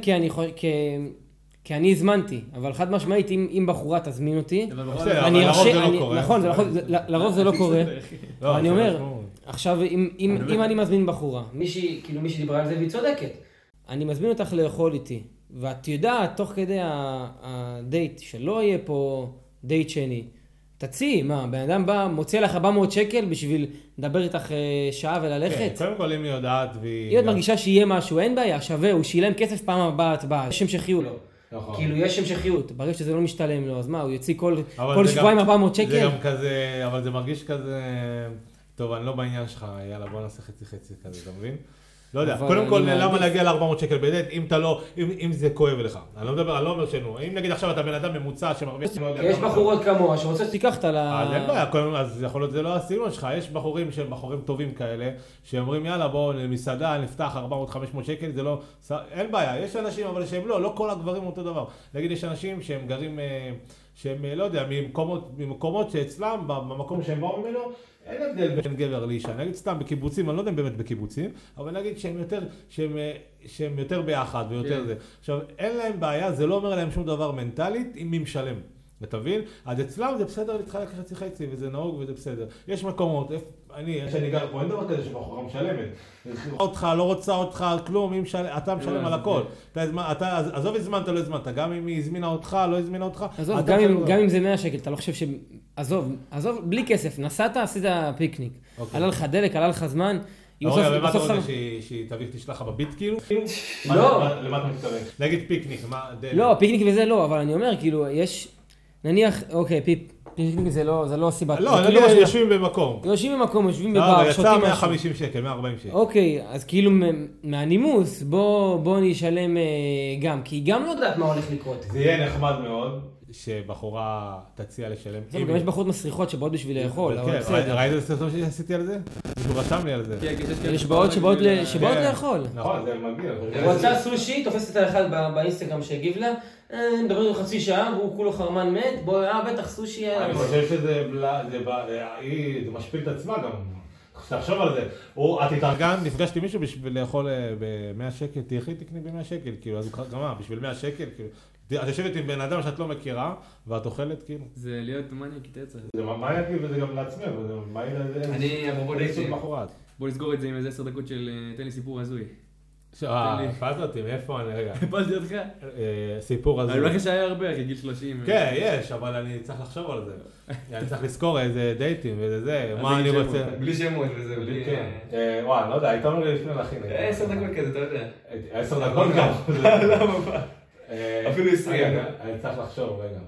כי אני הזמנתי, אבל חד משמעית, אם בחורה תזמין אותי, אבל לרוב זה לא קורה. נכון, לרוב זה לא קורה. אני אומר, עכשיו, אם אני מזמין בחורה, מישהי דיברה על זה והיא צודקת, אני מזמין אותך לאכול איתי, ואת יודעת, תוך כדי הדייט, שלא יהיה פה דייט שני, תציעי, מה, בן אדם בא, מוציא לך 400 שקל בשביל לדבר איתך שעה וללכת? כן, קודם כל אם היא יודעת והיא... היא עוד מרגישה שיהיה משהו, אין בעיה, שווה, הוא שילם כסף פעם הבאה, יש המשכיות. כאילו יש המשכיות, ברגע שזה לא משתלם לו, אז מה, הוא יוציא כל שבועיים 400 שקל? זה גם כזה, אבל זה מרגיש כזה... טוב, אני לא בעניין שלך, יאללה, בוא נעשה חצי כזה, אתה מבין? לא יודע, קודם כל, למה להגיע ל-400 שקל בדייט, אם אתה לא, אם זה כואב לך. אני לא אומר שנו, אם נגיד עכשיו אתה בן אדם ממוצע שמרוויח... יש בחורות כמוה שרוצה שתיקח אותה ל... אז אין בעיה, אז יכול להיות זה לא הסגנון שלך, יש בחורים שהם בחורים טובים כאלה, שאומרים יאללה בואו למסעדה, נפתח 400-500 שקל, זה לא... אין בעיה, יש אנשים אבל שהם לא כל הגברים אותו דבר. נגיד יש אנשים שהם גרים, שהם לא יודע, ממקומות שאצלם, במקום שהם באו ממנו, אין הבדל בין גבר לאישה, נגיד סתם בקיבוצים, אני לא יודע אם באמת בקיבוצים, אבל נגיד שהם יותר ביחד ויותר זה. עכשיו, אין להם בעיה, זה לא אומר להם שום דבר מנטלית, אם מי משלם. אתה מבין? אז אצלם זה בסדר להתחלק חצי-חצי, וזה נהוג וזה בסדר. יש מקומות, שאני גר פה, אין דבר כזה שבחורה משלמת. אותך, לא רוצה אותך, כלום, אתה משלם על הכל. עזוב הזמנת, לא הזמנת, גם אם היא הזמינה אותך, לא הזמינה אותך. עזוב, גם אם זה 100 שקל, אתה לא חושב עזוב, בלי כסף, נסעת, עשית פיקניק. עלה לך דלק, עלה לך זמן. ומה אתה רוצה שהיא תשלח לך בביט כאילו? לא. למה אתה מתכוון? נגיד פיקניק, מה? לא, פיקניק וזה לא, אבל אני אומר, כאילו, יש, נניח, אוקיי, פיקניק זה לא סיבה. לא, נגיד יושבים במקום. יושבים בבר, שותים משהו. יצא 150 שקל, 140 שקל. אוקיי, אז כאילו מהנימוס, בוא נשלם גם, כי היא גם לא יודעת מה הולך לקרות. זה יהיה נחמד מאוד. שבחורה תציע לשלם. זה גם יש בחורות מסריחות שבאות בשביל לאכול. ראית את הסרטון שעשיתי על זה? מישהו רשם לי על זה. יש בחורות שבאות לאכול. נכון, זה מגיע. הוא רצה סושי, תופסת את האחד באינסטגרם שהגיב לה, מדברים חצי שעה והוא כולו חרמן מת, בטח סושי. אני חושב שזה משפיל את עצמה גם. תחשוב על זה. את התארגן, נפגשתי מישהו בשביל לאכול ב-100 שקל, תקני ב-100 שקל, כאילו, אז גם מה, בשביל 100 שקל, כאילו. את יושבת עם בן אדם שאת לא מכירה, ואת אוכלת כאילו. זה להיות מניאקי תצח. זה מניאקי וזה גם לעצמי, אבל אני אמרו מחורת. בוא נסגור את זה עם איזה 10 דקות של תן לי סיפור הזוי. הפלת אותי, מאיפה אני רגע? הפלתי אותך? סיפור הזוי. אני לא חושב שהיה הרבה, כגיל 30. כן, יש, אבל אני צריך לחשוב על זה. אני צריך לזכור איזה דייטים וזה זה, מה אני רוצה. בלי שמות וזה, בלי... וואי, לא יודע, היית אומר לי לפני להכין. 10 דקות כזה, אתה יודע. 10 דקות גם. למה? אפילו 20. אני צריך לחשוב, רגע.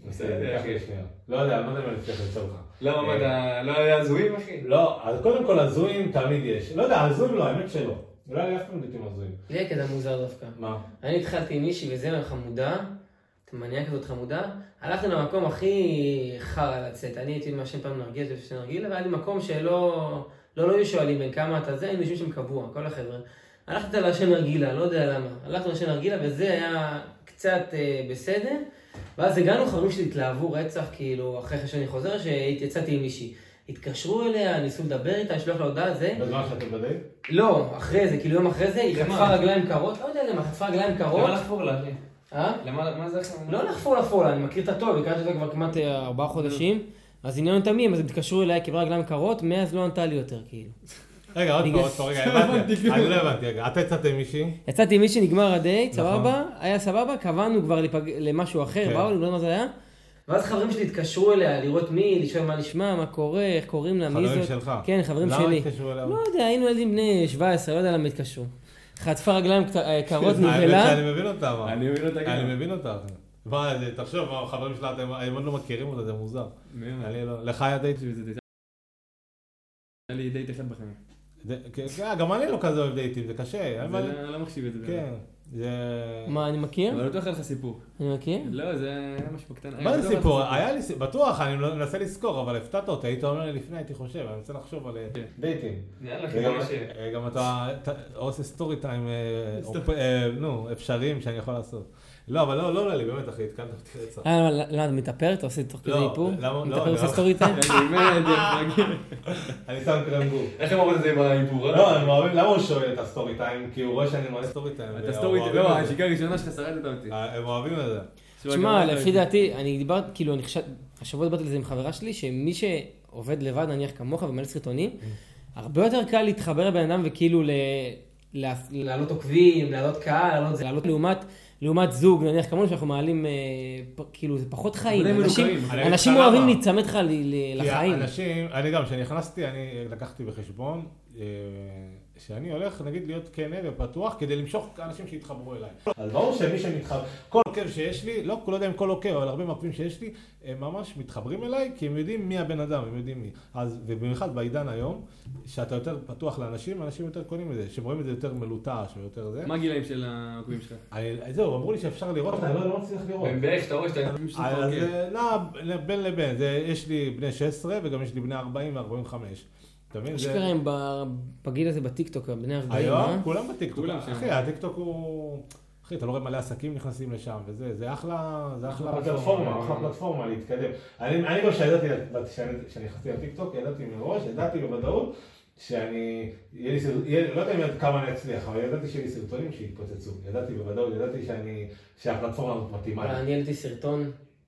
לא יודע, אני לא צריך למצוא לך. למה, מה, אתה לא היה הזויים, אחי? לא, אז קודם כל הזויים תמיד יש. לא יודע, הזויים לא, האמת שלא. אולי אני אף פעם דייטים הזויים. לי היה כזה מוזר דווקא. מה? אני התחלתי עם מישהי וזה חמודה, תמניה כזאת חמודה, הלכתי למקום הכי חרא לצאת. אני הייתי מעשן פעם נרגילה, והיה לי מקום שלא היו שואלים בין כמה אתה זה, היינו יושבים שם קבוע, כל החבר'ה. הלכתי לעשן נרגילה, לא יודע למה. הלכתי לעשן נרגילה וזה היה קצת בסדר. ואז הגענו, חברים שלי התלהבו רצח, כאילו, אחרי שאני חוזר, שיצאתי עם מישהי. התקשרו אליה, ניסו לדבר איתה, לשלוח לה הודעה, זה. בזמן שאתם בדייט? לא, אחרי זה, כאילו יום אחרי זה, היא חטפה רגליים קרות, לא יודע למה, חטפה רגליים קרות. למה לחפור לה, אחי? מה זה? לא לחפור לה, אני מכיר את הטוב, הכרתי אותה כבר כמעט 4 חודשים, אז עניין תמים, אז הם התקשרו אליי כברה רגליים קרות, מאז לא ענתה לי יותר, כאילו. רגע, עוד פעם, הבנתי. אני לא הבנתי, רגע, אתה יצאתי עם מישהי? יצאתי עם מישהי, נגמר הדייט, סבבה, היה סבבה, קבענו כבר למשהו אחר, באו, לא מה זה היה. ואז חברים שלי התקשרו אליה, לראות מי, לשאול מה נשמע, מה קורה, איך קוראים לה, מי זאת. חברים שלך? כן, חברים שלי. למה התקשרו אליה? לא יודע, היינו ילדים בני 17, לא יודע למה התקשרו. חטפה רגליים קרות נבלה. אני מבין אותה, מה? אני מבין אותה גם. אני מבין אותה. תחשוב, החברים שלה, הם עוד לא מכירים אותה, זה מוזר. לך היה דייט? היה לי דייט אחד בחיים. גם אני לא כזה אוהב דייטים, זה קשה. זה לא מחשיב את זה. כן. מה, אני מכיר? אבל בטוח היה לך סיפור. אני מכיר? לא, זה היה משהו בקטן. מה זה סיפור? היה לי סיפור, בטוח, אני מנסה לזכור, אבל הפתעת אותי, היית אומר לי לפני, הייתי חושב, אני רוצה לחשוב על דייטים. גם אתה עושה סטורי טיים, אפשריים שאני יכול לעשות. לא, אבל לא עולה לי, באמת, אחי, התקנת אותי רצח. למה, אתה מתאפר? אתה עושה תוך כזה איפור? לא, מתאפר עושה סטורי טיים? אני שם קרנגור. איך הם אומרים את זה עם האיפור? לא, הם אוהבים, למה הוא שואל את הסטורי טיים? כי הוא רואה שאני מראה סטורי טיים. אתה סטורי טיים, לא, השיקה הראשונה שלך שרדת אותי. הם אוהבים את זה. תשמע, לפי דעתי, אני דיברתי, כאילו, השבוע דיברתי על זה עם חברה שלי, שמי שעובד לבד, נניח כמוך ומלא סרטונים, הרבה יותר קל להתחבר לבן אדם וכאילו לעלות עוקבים, לעלות קהל, לעלות לעומת זוג, נניח כמונו שאנחנו מעלים, כאילו זה פחות חיים, אנשים אוהבים להצמד לך לחיים. אני גם, כשנכנסתי, אני לקחתי בחשבון, שאני הולך, נגיד, להיות כנה ופתוח, כדי למשוך אנשים שיתחברו אליי. אז ברור שמי שמתחבר, כל עוקב שיש לי, לא יודע אם כל עוקב, אבל הרבה מעקבים שיש לי, הם ממש מתחברים אליי, כי הם יודעים מי הבן אדם, הם יודעים מי. אז, ובמיוחד בעידן היום, שאתה יותר פתוח לאנשים, אנשים יותר קונים את זה, שהם רואים את זה יותר מלוטש ויותר זה. מה הגילאים של העוקבים שלך? זהו, אמרו לי שאפשר לראות, אני לא מצליח לראות. באיך שאתה רואה שאתה אז נע בין לבין, יש לי בני 16 וגם יש לי בני 40 ו-45. אשכרה הם בגיל הזה בטיקטוק, בני 40, היום כולם בטיקטוק. אחי, הטיקטוק הוא... אחי, אתה לא רואה מלא עסקים נכנסים לשם, וזה, זה אחלה פלטפורמה להתקדם. אני גם שידעתי, כשאני נכנסתי לטיקטוק, ידעתי מראש, ידעתי בוודאות, שאני, לא יודע כמה אני אצליח, אבל ידעתי שיהיה לי סרטונים שהתפוצצו. ידעתי בוודאות, ידעתי שהפלטפורמה הזאת מתאימה. אני העליתי סרטון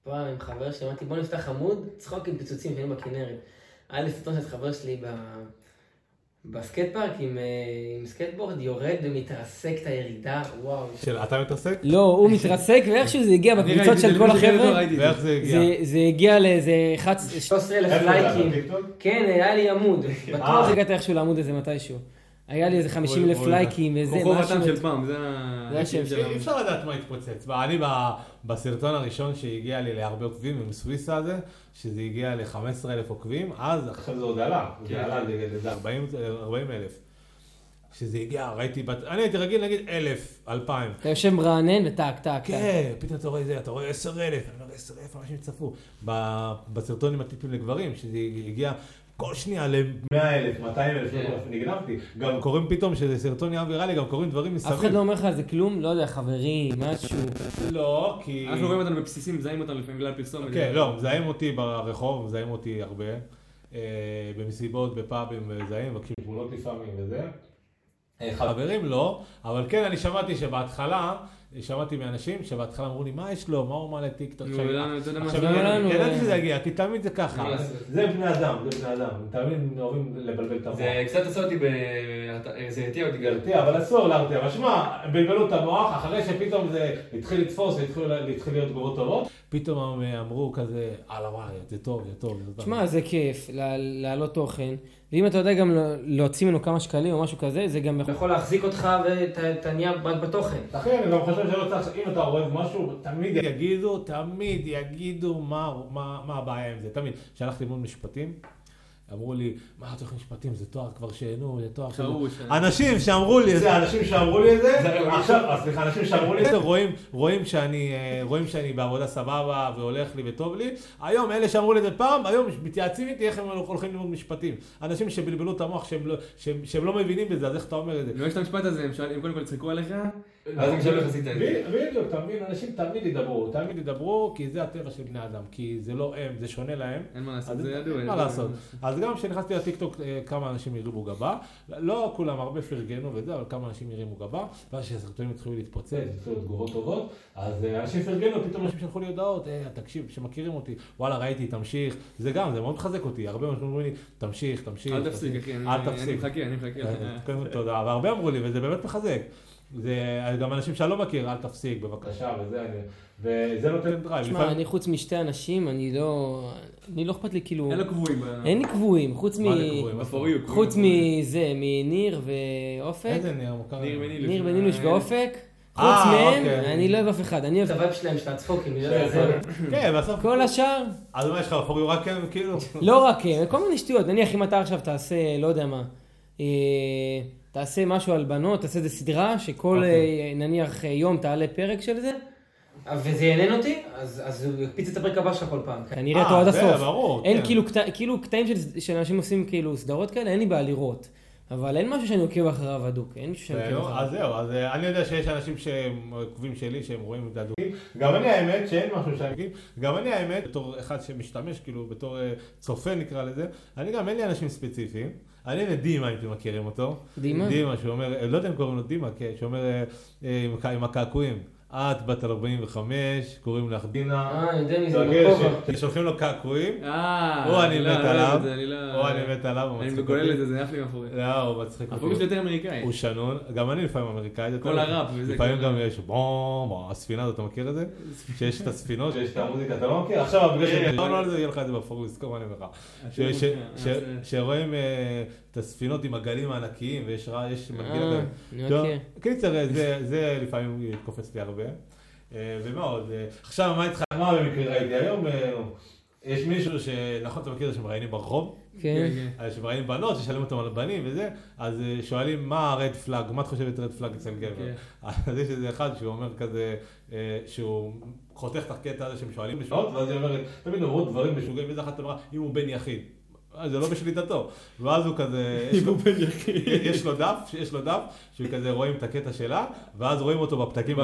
פעם עם חבר שלי, אמרתי בוא נפתח עמוד, צחוק עם פיצוצים שהיינו בכנרת. היה לי סרטון של חבר שלי בסקייט פארק עם סקייטבורד, יורד ומתרסק את הירידה, וואו. אתה מתרסק? לא, הוא מתרסק ואיכשהו זה הגיע בקבוצות של כל החבר'ה. ואיך זה הגיע? זה הגיע לאיזה 13,000 לייקים. כן, היה לי עמוד. בטוח הגעת איכשהו לעמוד הזה מתישהו. היה לי איזה 50,000 לייקים וזה. כוכבתם של פעם, זה השם שלנו. אי אפשר לדעת מה התפוצץ. אני בסרטון הראשון שהגיע לי להרבה עוקבים, עם סוויסה הזה, שזה הגיע ל-15,000 עוקבים, אז עכשיו זה עוד עלה. זה עלה ל-40,000. שזה הגיע, ראיתי, אני הייתי רגיל נגיד 1,000, 2,000. אתה יושב מרענן וטק, טק. כן, פתאום אתה רואה זה, אתה רואה 10,000, אני אומר 10,000, אנשים צפו. בסרטון עם הטיפים לגברים, שזה הגיע כל שנייה ל-100,000, 200,000, נגנבתי. גם קוראים פתאום שזה סרטון ים ויראלי, גם קוראים דברים מסביב. אף אחד לא אומר לך על זה כלום? לא יודע, חברים, משהו. לא, כי... אנחנו רואים אותנו בבסיסים, מזהים אותנו לפעמים בגלל פרסום. כן, לא, מזהים אותי ברחוב, מזהים אותי הרבה. במסיבות, בפאבים, מזהים, מבקשים תמונות לפעמים וזה. חברים לא, אבל כן, אני שמעתי שבהתחלה, שמעתי מאנשים שבהתחלה אמרו לי, מה יש לו? מה הוא מעלה טיקטוק? עכשיו, ידעתי שזה יגיע, כי תמיד זה ככה. זה בני אדם, זה בני אדם. תמיד אוהבים לבלבל את המוח. זה קצת עושה אותי זה הרתיע אותי גלתי. אבל אסור להרתיע. אבל שמע, בלבלו את המוח, אחרי שפתאום זה התחיל לתפוס, התחיל להיות תגובות טובות, פתאום אמרו כזה, וואי, זה טוב, זה טוב. שמע, זה כיף להעלות תוכן. ואם אתה יודע גם להוציא ממנו כמה שקלים או משהו כזה, זה גם יכול להחזיק אותך ותעניין בתוכן. לכן, אני גם חושב שלא צריך, אם אתה אוהב משהו, תמיד יגידו מה הבעיה עם זה. תמיד, כשהלכתי ללמוד משפטים, אמרו לי, מה תוכן משפטים, זה תואר כבר שאינו, זה תואר שאינו. אנשים שאמרו לי את זה, אנשים שאמרו לי את זה, רואים שאני בעבודה סבבה והולך לי וטוב לי. היום, אלה שאמרו לי את זה פעם, היום מתייעצים איתי איך הם הולכים ללמוד משפטים. אנשים שבלבלו את המוח, שהם לא מבינים בזה, אז איך אתה אומר את זה? לא יש את המשפט הזה, הם קודם כל יצחקו עליך, ואז הם שאלו איך עשית את זה. בדיוק, תמיד, אנשים תמיד ידברו, כי זה הטבע של בני אדם, כי זה לא הם, זה שונה להם. אין מה לעשות, זה ידוע. מה לעשות? אז גם כשנכנסתי לטיקטוק, כמה אנשים הרימו גבה, לא כולם, הרבה פרגנו וזה, אבל כמה אנשים הרימו גבה, ואז שהסרטונים התחילו להתפוצץ, התחילו תגובות טובות, אז אנשים פרגנו, פתאום אנשים שלחו לי הודעות, תקשיב, שמכירים אותי, וואלה, ראיתי, תמשיך, זה גם, זה מאוד מחזק אותי, הרבה אנשים אומרים לי, תמשיך. אל תפסיק, אחי, אני מחכה. תודה, והרבה אמרו לי, וזה באמת מחזק. זה גם אנשים שאני לא מכיר, אל תפסיק, בבקשה, וזה נותן דרייב. תשמע, אני חוץ משתי אנשים, אני לא אכפת לי כאילו... אין לו קבועים. אין לי קבועים, חוץ מזה, מניר ואופק. איזה ניר? ניר ונילוש ואופק. חוץ מהם, אני לא אוהב אף אחד. אני אוהב את הווייב שלהם, של הצחוקים. כן, בסוף... כל השאר... אז מה יש לך, פוריו רק הם, כאילו? לא רק הם, כל מיני שטויות. נניח אם אתה עכשיו תעשה, לא יודע מה, תעשה משהו על בנות, תעשה איזה סדרה, שכל נניח יום תעלה פרק של זה, וזה יעניין אותי, אז הוא יקפיץ את הפרק הבא שלך כל פעם. אני אראה אותו עד הסוף. אין כאילו קטעים של אנשים עושים כאילו סדרות כאלה, אין לי בעיה לראות. אבל אין משהו שאני עוקב אחריו הדוק, אין משהו שאני עוקב אחריו. אז זהו, אז אני יודע שיש אנשים שהם עוקבים שלי, שהם רואים את הדוקים. גם אני האמת, שאין משהו שאני עוקב, גם אני האמת, בתור אחד שמשתמש, כאילו בתור צופה נקרא לזה, אני גם אין לי אנשים ספציפיים. אני ודימה, אם אתם מכירים אותו. דימה? דימה, שאומר, לא יודע אם קוראים לו דימה, שאומר עם הקעקועים. את בת 45, קוראים לך דינה. יודע מי זה מקובה. שולחים לו קעקועים. או אני מת עליו. או אני מת עליו. אני מגולל לזה, זה נח לי מאחורי. לא, הוא מצחיק אותי. הפוקוס יותר אמריקאי. הוא שנון, גם אני לפעמים אמריקאי. כל הראפ וזה. לפעמים גם יש בום, הספינה הזאת, אתה מכיר את זה? שיש את הספינות, שיש את המוזיקה, אתה לא מכיר? עכשיו, בגלל שדיברנו על זה, יהיה לך את זה בפוקוס, כמו אני אומר לך. שרואים את הספינות עם הגלים הענקיים, ויש מנגינה כזה. קיצר, זה לפעמים קופץ לי הרבה. ומה עוד? עכשיו, מה איתך? מה במקרה ראיתי? היום יש מישהו שנכון, אתה מכיר את זה שמראיינים ברחוב? כן. שמראיינים בנות, ששאלים אותם על הבנים וזה, אז שואלים מה הרד פלאג, מה את חושבת רד פלאג אצל גבר? אז יש איזה אחד שהוא אומר כזה, שהוא חותך את הקטע הזה שהם שואלים בשעות, ואז היא אומרת, תמיד אומרות דברים משוגעים, ואיזה אחת אמרה, אם הוא בן יחיד. זה לא בשליטתו. ואז הוא כזה, יש לו דף, שהוא כזה רואים את הקטע שלה, ואז רואים אותו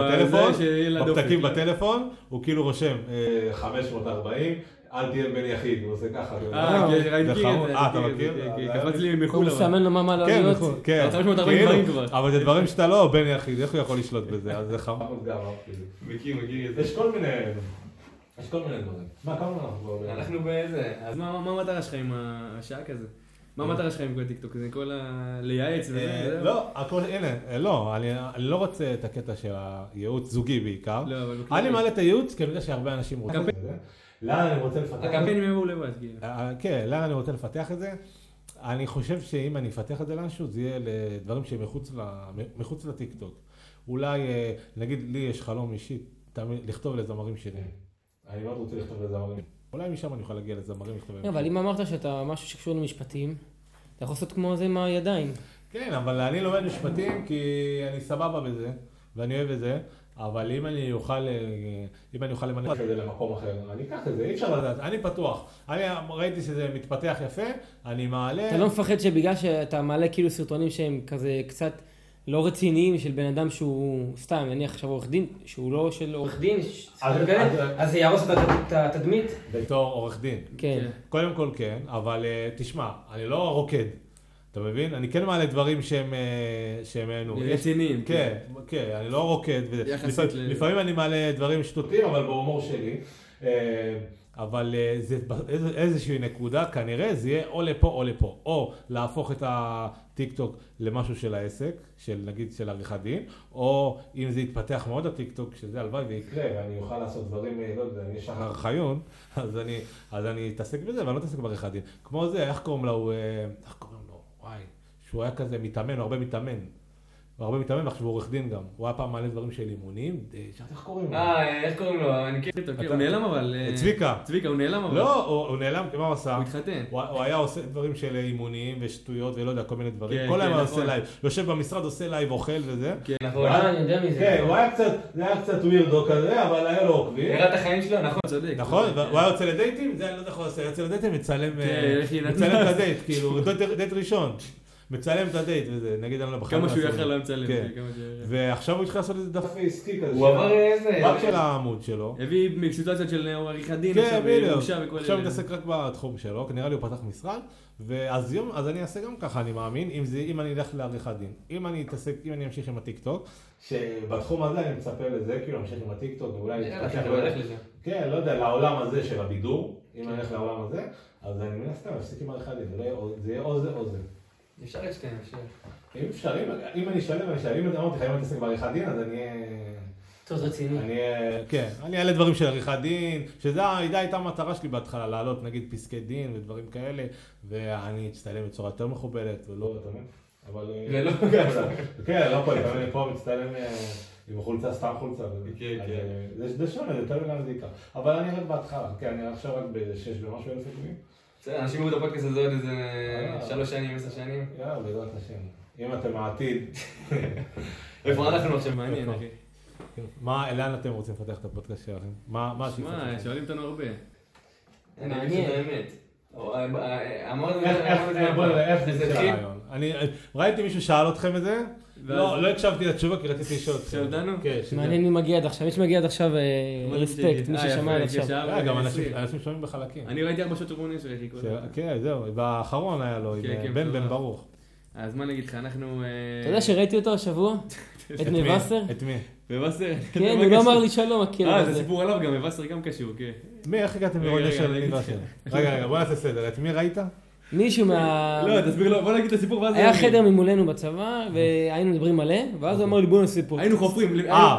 בפתקים בטלפון, הוא כאילו רושם 540, אל תהיה בן יחיד, הוא עושה ככה. ראיתי אתה מכיר? קפץ לי מחול. הוא מסמן לו מה לעלות. כן, 540 דברים כבר. אבל זה דברים שאתה לא בן יחיד, איך הוא יכול לשלוט בזה? אז זה חמוד גם. מכיר את זה. יש כל מיני... יש כל מיני דברים. מה, כמה אנחנו? אנחנו באיזה, אז מה המטרה שלך עם השעה כזה? מה המטרה שלך עם כל טיקטוק? זה כל לייעץ וזה? לא, הנה, לא, אני לא רוצה את הקטע של הייעוץ זוגי בעיקר. אני מעלה את הייעוץ, כי אני יודע שהרבה אנשים רוצים את זה. לאן אני רוצה לפתח את זה? הקמפיינים יבואו לבד, כאילו. כן, לאן אני רוצה לפתח את זה? אני חושב שאם אני אפתח את זה לאנשהו, זה יהיה לדברים שהם מחוץ לטיקטוק. אולי, נגיד, לי יש חלום אישי, לכתוב לזמרים שלי. אני מאוד רוצה לכתוב לזמרים. אולי משם אני יכול להגיע לזמרים לכתוב לזמרים. אבל אם אמרת שאתה משהו שקשור למשפטים, אתה יכול לעשות כמו זה עם הידיים. כן, אבל אני לומד משפטים כי אני סבבה בזה, ואני אוהב את זה, אבל אם אני אוכל למנף את זה למקום אחר, אני אקח את זה, אי אפשר לדעת, אני פתוח. אני ראיתי שזה מתפתח יפה, אני מעלה... אתה לא מפחד שבגלל שאתה מעלה כאילו סרטונים שהם כזה קצת אז זה יהרוס את התדמית? בתור עורך דין. כן. קודם כל כן, אבל תשמע, אני לא רוקד. אתה מבין? אני כן מעלה דברים שהם רציניים. כן, אני לא רוקד. לפעמים אני מעלה דברים שטותיים, אבל בהומור שלי. אבל זה איזושהי נקודה, כנראה זה יהיה או לפה או לפה. או להפוך את הטיקטוק למשהו של העסק, נגיד של עריכת דין, או אם זה יתפתח מאוד הטיקטוק, שזה הלוואי ויקרה, ואני אוכל לעשות דברים, לא יודע, אני יש אחר חיון, אז אני אתעסק בזה, ואני לא אתעסק בעריכת דין. כמו זה, איך קוראים לו? וואי, שהוא היה כזה מתאמן, הוא הרבה מתאמן. הוא הרבה מתאמן, ועכשיו הוא עורך דין גם. הוא היה פעם מעלה דברים של אימונים. איך קוראים לו? איך קוראים לו? אני מכיר אותו. הוא נעלם אבל... צביקה. צביקה, הוא נעלם אבל... לא, הוא נעלם, מה הוא עשה? הוא התחתן. הוא היה עושה דברים של אימונים ושטויות ולא יודע, כל מיני דברים. כל היום הוא עושה לייב. יושב במשרד, עושה לייב, אוכל וזה. כן, נכון. אני יודע מזה. כן, הוא היה קצת ווירדו כזה, אבל היה לו עוקבים. הראה את החיים שלו, נכון, צודק. נכון, הוא היה יוצא לדייטים, זה אני לא יודע איך הוא עושה, יוצא לדייטים, מצלם את הדייט, כאילו, דייט ראשון. מצלם את הדייט וזה, נגיד אני לא בחיים. כמה שהוא יכל לא מצלם. ועכשיו הוא התחיל לעשות איזה דף עסקי כזה. הוא עבר איזה... רק של העמוד שלו. הביא מסיטואציות של עריכת דין. כן, בדיוק. עכשיו הוא מתעסק רק בתחום שלו, נראה לי הוא פתח משרד. אז אני אעשה גם ככה, אני מאמין, אם אני אלך לעריכת דין. אם אני אמשיך עם הטיקטוק, שבתחום הזה אני מצפה לזה, כאילו אמשיך עם הטיקטוק, ואולי... כן, לא יודע, לעולם הזה של הבידור, אם אני אלך לעולם הזה, אז אני מן הסתם אפסיק עם עריכת דין, זה יהיה או זה או זה. אפשר את שתיים, אפשר. אם אפשר, אם אני אשלם, אם אתה אמרתי לך, אם אני אתעסק בעריכת דין, אז אני אהיה... טוב, רציני. כן, אני אעלה דברים של עריכת דין, שזה הייתה המטרה שלי בהתחלה, לעלות נגיד פסקי דין ודברים כאלה, ואני אצטלם בצורה יותר מכובדת, ולא, אתה מבין? אבל... ולא... כן, לא פה, לפעמים אני פה מצטלם עם חולצה, סתם חולצה. זה שונה, זה יותר מגן זיקה. אבל אני רק בהתחלה, כן, אני עכשיו רק ב6 ומשהו אלף עוקבים. אנשים יראו את הפודקאסט הזה עוד איזה 3 שנים, 10 שנים. יאללה, בעזרת השם. אם אתם העתיד. איפה אנחנו עכשיו? מעניין, אחי. לאן אתם רוצים לפתח את הפודקאסט שלכם? מה השאיפה שלכם? מה, שואלים אותנו הרבה. מעניין. אמרנו... איך זה רעיון? ראיתי מישהו שאל אתכם את זה? לא הקשבתי לתשובה כי רציתי לשאול אתכם. שאלתנו? מעניין מי מגיע עד עכשיו. מי שמגיע עד עכשיו רספקט, מי ששמע עד עכשיו. גם אנשים שומעים בחלקים. אני ראיתי 4 שעות רבוני שרחי קודם. כן, זהו. באחרון היה לו, עם בן ברוך. אז מה נגיד לך, אנחנו... אתה יודע שראיתי אותו השבוע? את מבשר? את מי? מבשר? כן, הוא לא אמר לי שלום, הכיר. זה סיפור עליו גם, מבשר גם קשור, כן. מי, איך הגעתם לראות נשר למבשר? רגע, בוא נעשה סדר. את מי ראית? מישהו מה... לא, תסביר לו, בוא נגיד את הסיפור ואז... היה חדר ממולנו בצבא, והיינו מדברים מלא, ואז הוא אמר לי בוא נעשה סיפור. היינו חופרים.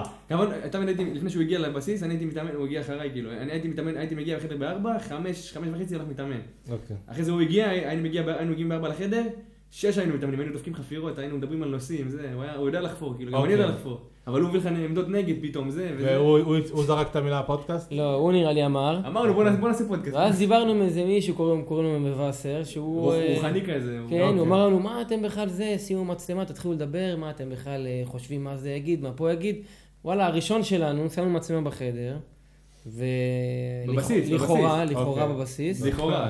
לפני שהוא הגיע לבסיס, אני הייתי מתאמן, הוא הגיע אחריי, כאילו. אני הייתי מגיע בחדר ב4, 5:30 הולך מתאמן. אחרי זה הוא הגיע, היינו מגיעים ב4 לחדר, 6 היינו מתאמנים, היינו דופקים חפירות, היינו מדברים על נושאים, זה, הוא יודע לחפור, כאילו, גם אני יודע לחפור. אבל הוא מביא לך עמדות נגד פתאום, זה וזה. והוא זרק את המילה הפודקאסט? לא, הוא נראה לי אמר. אמרנו, בוא נעשה פודקאסט. ואז דיברנו עם איזה מישהו, קוראים לו מבשר, שהוא... הוא חני כזה. כן, הוא אמר לנו, מה אתם בכלל זה, שימו מצלמה, תתחילו לדבר, מה אתם בכלל חושבים מה זה יגיד, מה פה יגיד. וואלה, הראשון שלנו, שמנו מצלמה בחדר. לכאורה בבסיס. לכאורה.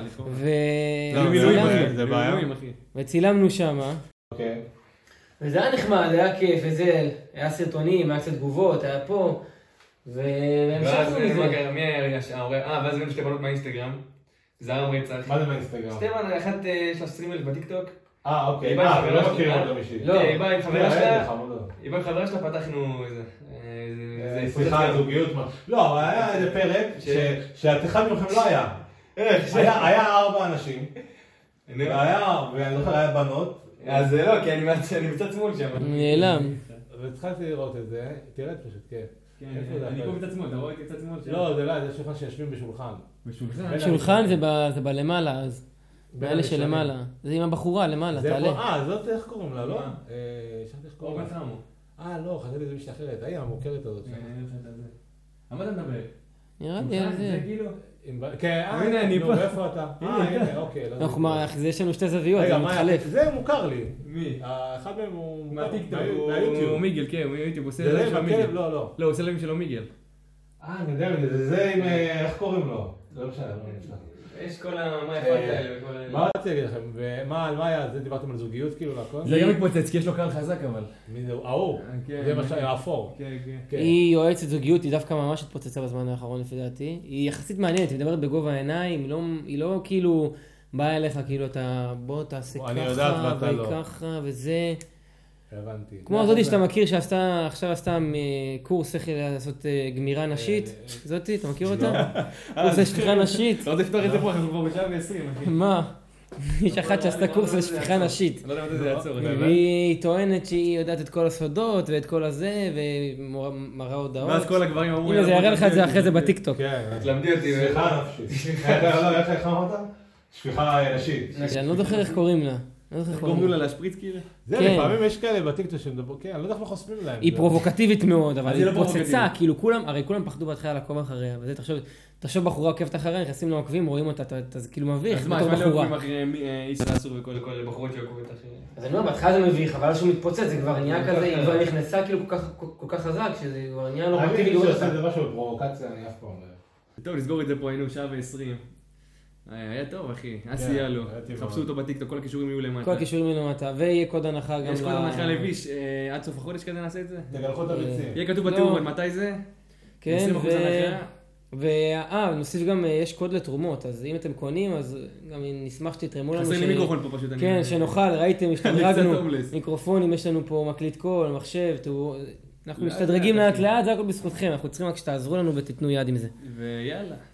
זה בעיה. וצילמנו שמה. וזה היה נחמד, היה כיף, וזה, היה סרטונים, היה קצת תגובות, היה פה. והמשכנו מזה. מי היה רגע שההורה... ואז הבאנו 2 בנות מהאינסטגרם. זה היה מצליח. מה זה מהאינסטגרם? 2 בנות, אחת יש לה 20,000 בטיקטוק. אוקיי. לא מכירים אותו מישהי. היא באה עם חברה שלה. היא באה עם חברה שלה, פתחנו איזה... שיחה, זוגיות, לא, אבל היה איזה פרק שאחד מכם לא היה. היה 4 אנשים, ואני זוכר, היה בנות. אז זה לא, כי אני מצד שמאל שם. נעלם. והתחלתי לראות את זה, תראה פשוט, כן. אני פה מצד שמאל, אתה רואה את מצד שמאל שם? לא, זה לא, זה שולחן שיושבים בשולחן. שולחן זה בלמעלה, אז. באלה שלמעלה. זה עם הבחורה למעלה, תעלה. זאת איך קוראים לה, לא? שכחתי איך קוראים לה. לא, חשבתי לזה מישהי אחרת, המוכרת הזאת. על מה אתה מדבר? נראה לי על זה. כן, הנה אני פה. איפה אתה? הנה, אוקיי. יש לנו 2 זוויות, זה מתחלף. זה מוכר לי. מי? אחד מהם הוא מהטיקטוק, מהיוטיוב. הוא מיגל, כן, הוא מיוטיוב, הוא עושה זה לב של מיגל. לא. לא, הוא עושה לב שלו מיגל. אני יודע, זה עם, איך קוראים לו? זה לא משנה, יש כל המאפות האלה וכל האלה. מה רציתי להגיד לכם? ומה היה? זה דיברתם על זוגיות כאילו להכל? זה גם מתפוצץ, כי יש לו קהל חזק אבל. מי זה? ההוא. זה מה שהיה אפור. כן. היא יועצת זוגיות, היא דווקא ממש התפוצצה בזמן האחרון לפי דעתי. היא יחסית מעניינת, היא מדברת בגובה העיניים, היא לא כאילו באה אליך כאילו אתה בוא תעשה ככה וככה וזה. הבנתי. כמו זאתי שאתה מכיר שעכשיו עשתה קורס איך לעשות גמירה נשית, זאתי, אתה מכיר אותה? קורס לשפיכה נשית. אתה רוצה לפתוח את זה פה, אנחנו כבר בשעה ו-20. מה? יש אחת שעשתה קורס לשפיכה נשית. אני לא יודע מתי זה יעצור. והיא טוענת שהיא יודעת את כל הסודות ואת כל הזה, ומראה הודעות. ואז כל הגברים אמרו... הנה, זה יראה לך את זה אחרי זה בטיקטוק. תלמדי אותי. שפיכה נפשית. איך אמרת? שפיכה נשית. אני לא זוכר איך קוראים לה. גורמים לה להשפריץ כאילו? זה לפעמים יש כאלה בטיקטוק שמדבר, כן, אני לא יודע איך לא חוסמים להם. היא פרובוקטיבית מאוד, אבל היא פוצצה, כאילו כולם פחדו בהתחלה לעקוב אחריה, וזה תחשוב בחורה עוקבת אחריה, נכנסים לעוקבים, רואים אותה, אתה כאילו מביך, אז מה, יש מלא עוקבים אחרי איש אסור וכל בחורות שעוקבות אחריה. אז אני אומר, בהתחלה זה מביך, אבל שהוא מתפוצץ, זה כבר נהיה כזה, היא כבר נכנסה כאילו כל כך חזק, שזה כבר נהיה נורמטיבי לראות אותה. זה משהו בפרובוקציה, אני אף פעם לא... טוב, נסגור את זה פה, היינו שעה ו-20. היה טוב אחי, סייע לו, חפשו אותו בטיקטוק, כל הכישורים יהיו למטה. כל הכישורים יהיו למטה, ויהיה קוד הנחה גם יש קוד הנחה לביש, עד סוף החודש כזה נעשה את זה? תגלחו את הביצים. יהיה כתוב בתיאור מתי זה? כן, נוסיף גם, יש קוד לתרומות, אז אם אתם קונים, אז גם נשמח שתתרמו לנו. חסר לי מיקרופון פה פשוט. כן, שנוכל, ראיתם, השתדרגנו, מיקרופונים, יש לנו פה מקליט קול, מחשב, אנחנו משתדרגים לאט לאט, זה הכל בזכותכם, אנחנו צריכים רק שתעזרו לנו ותיתנו יד עם זה. ויאללה.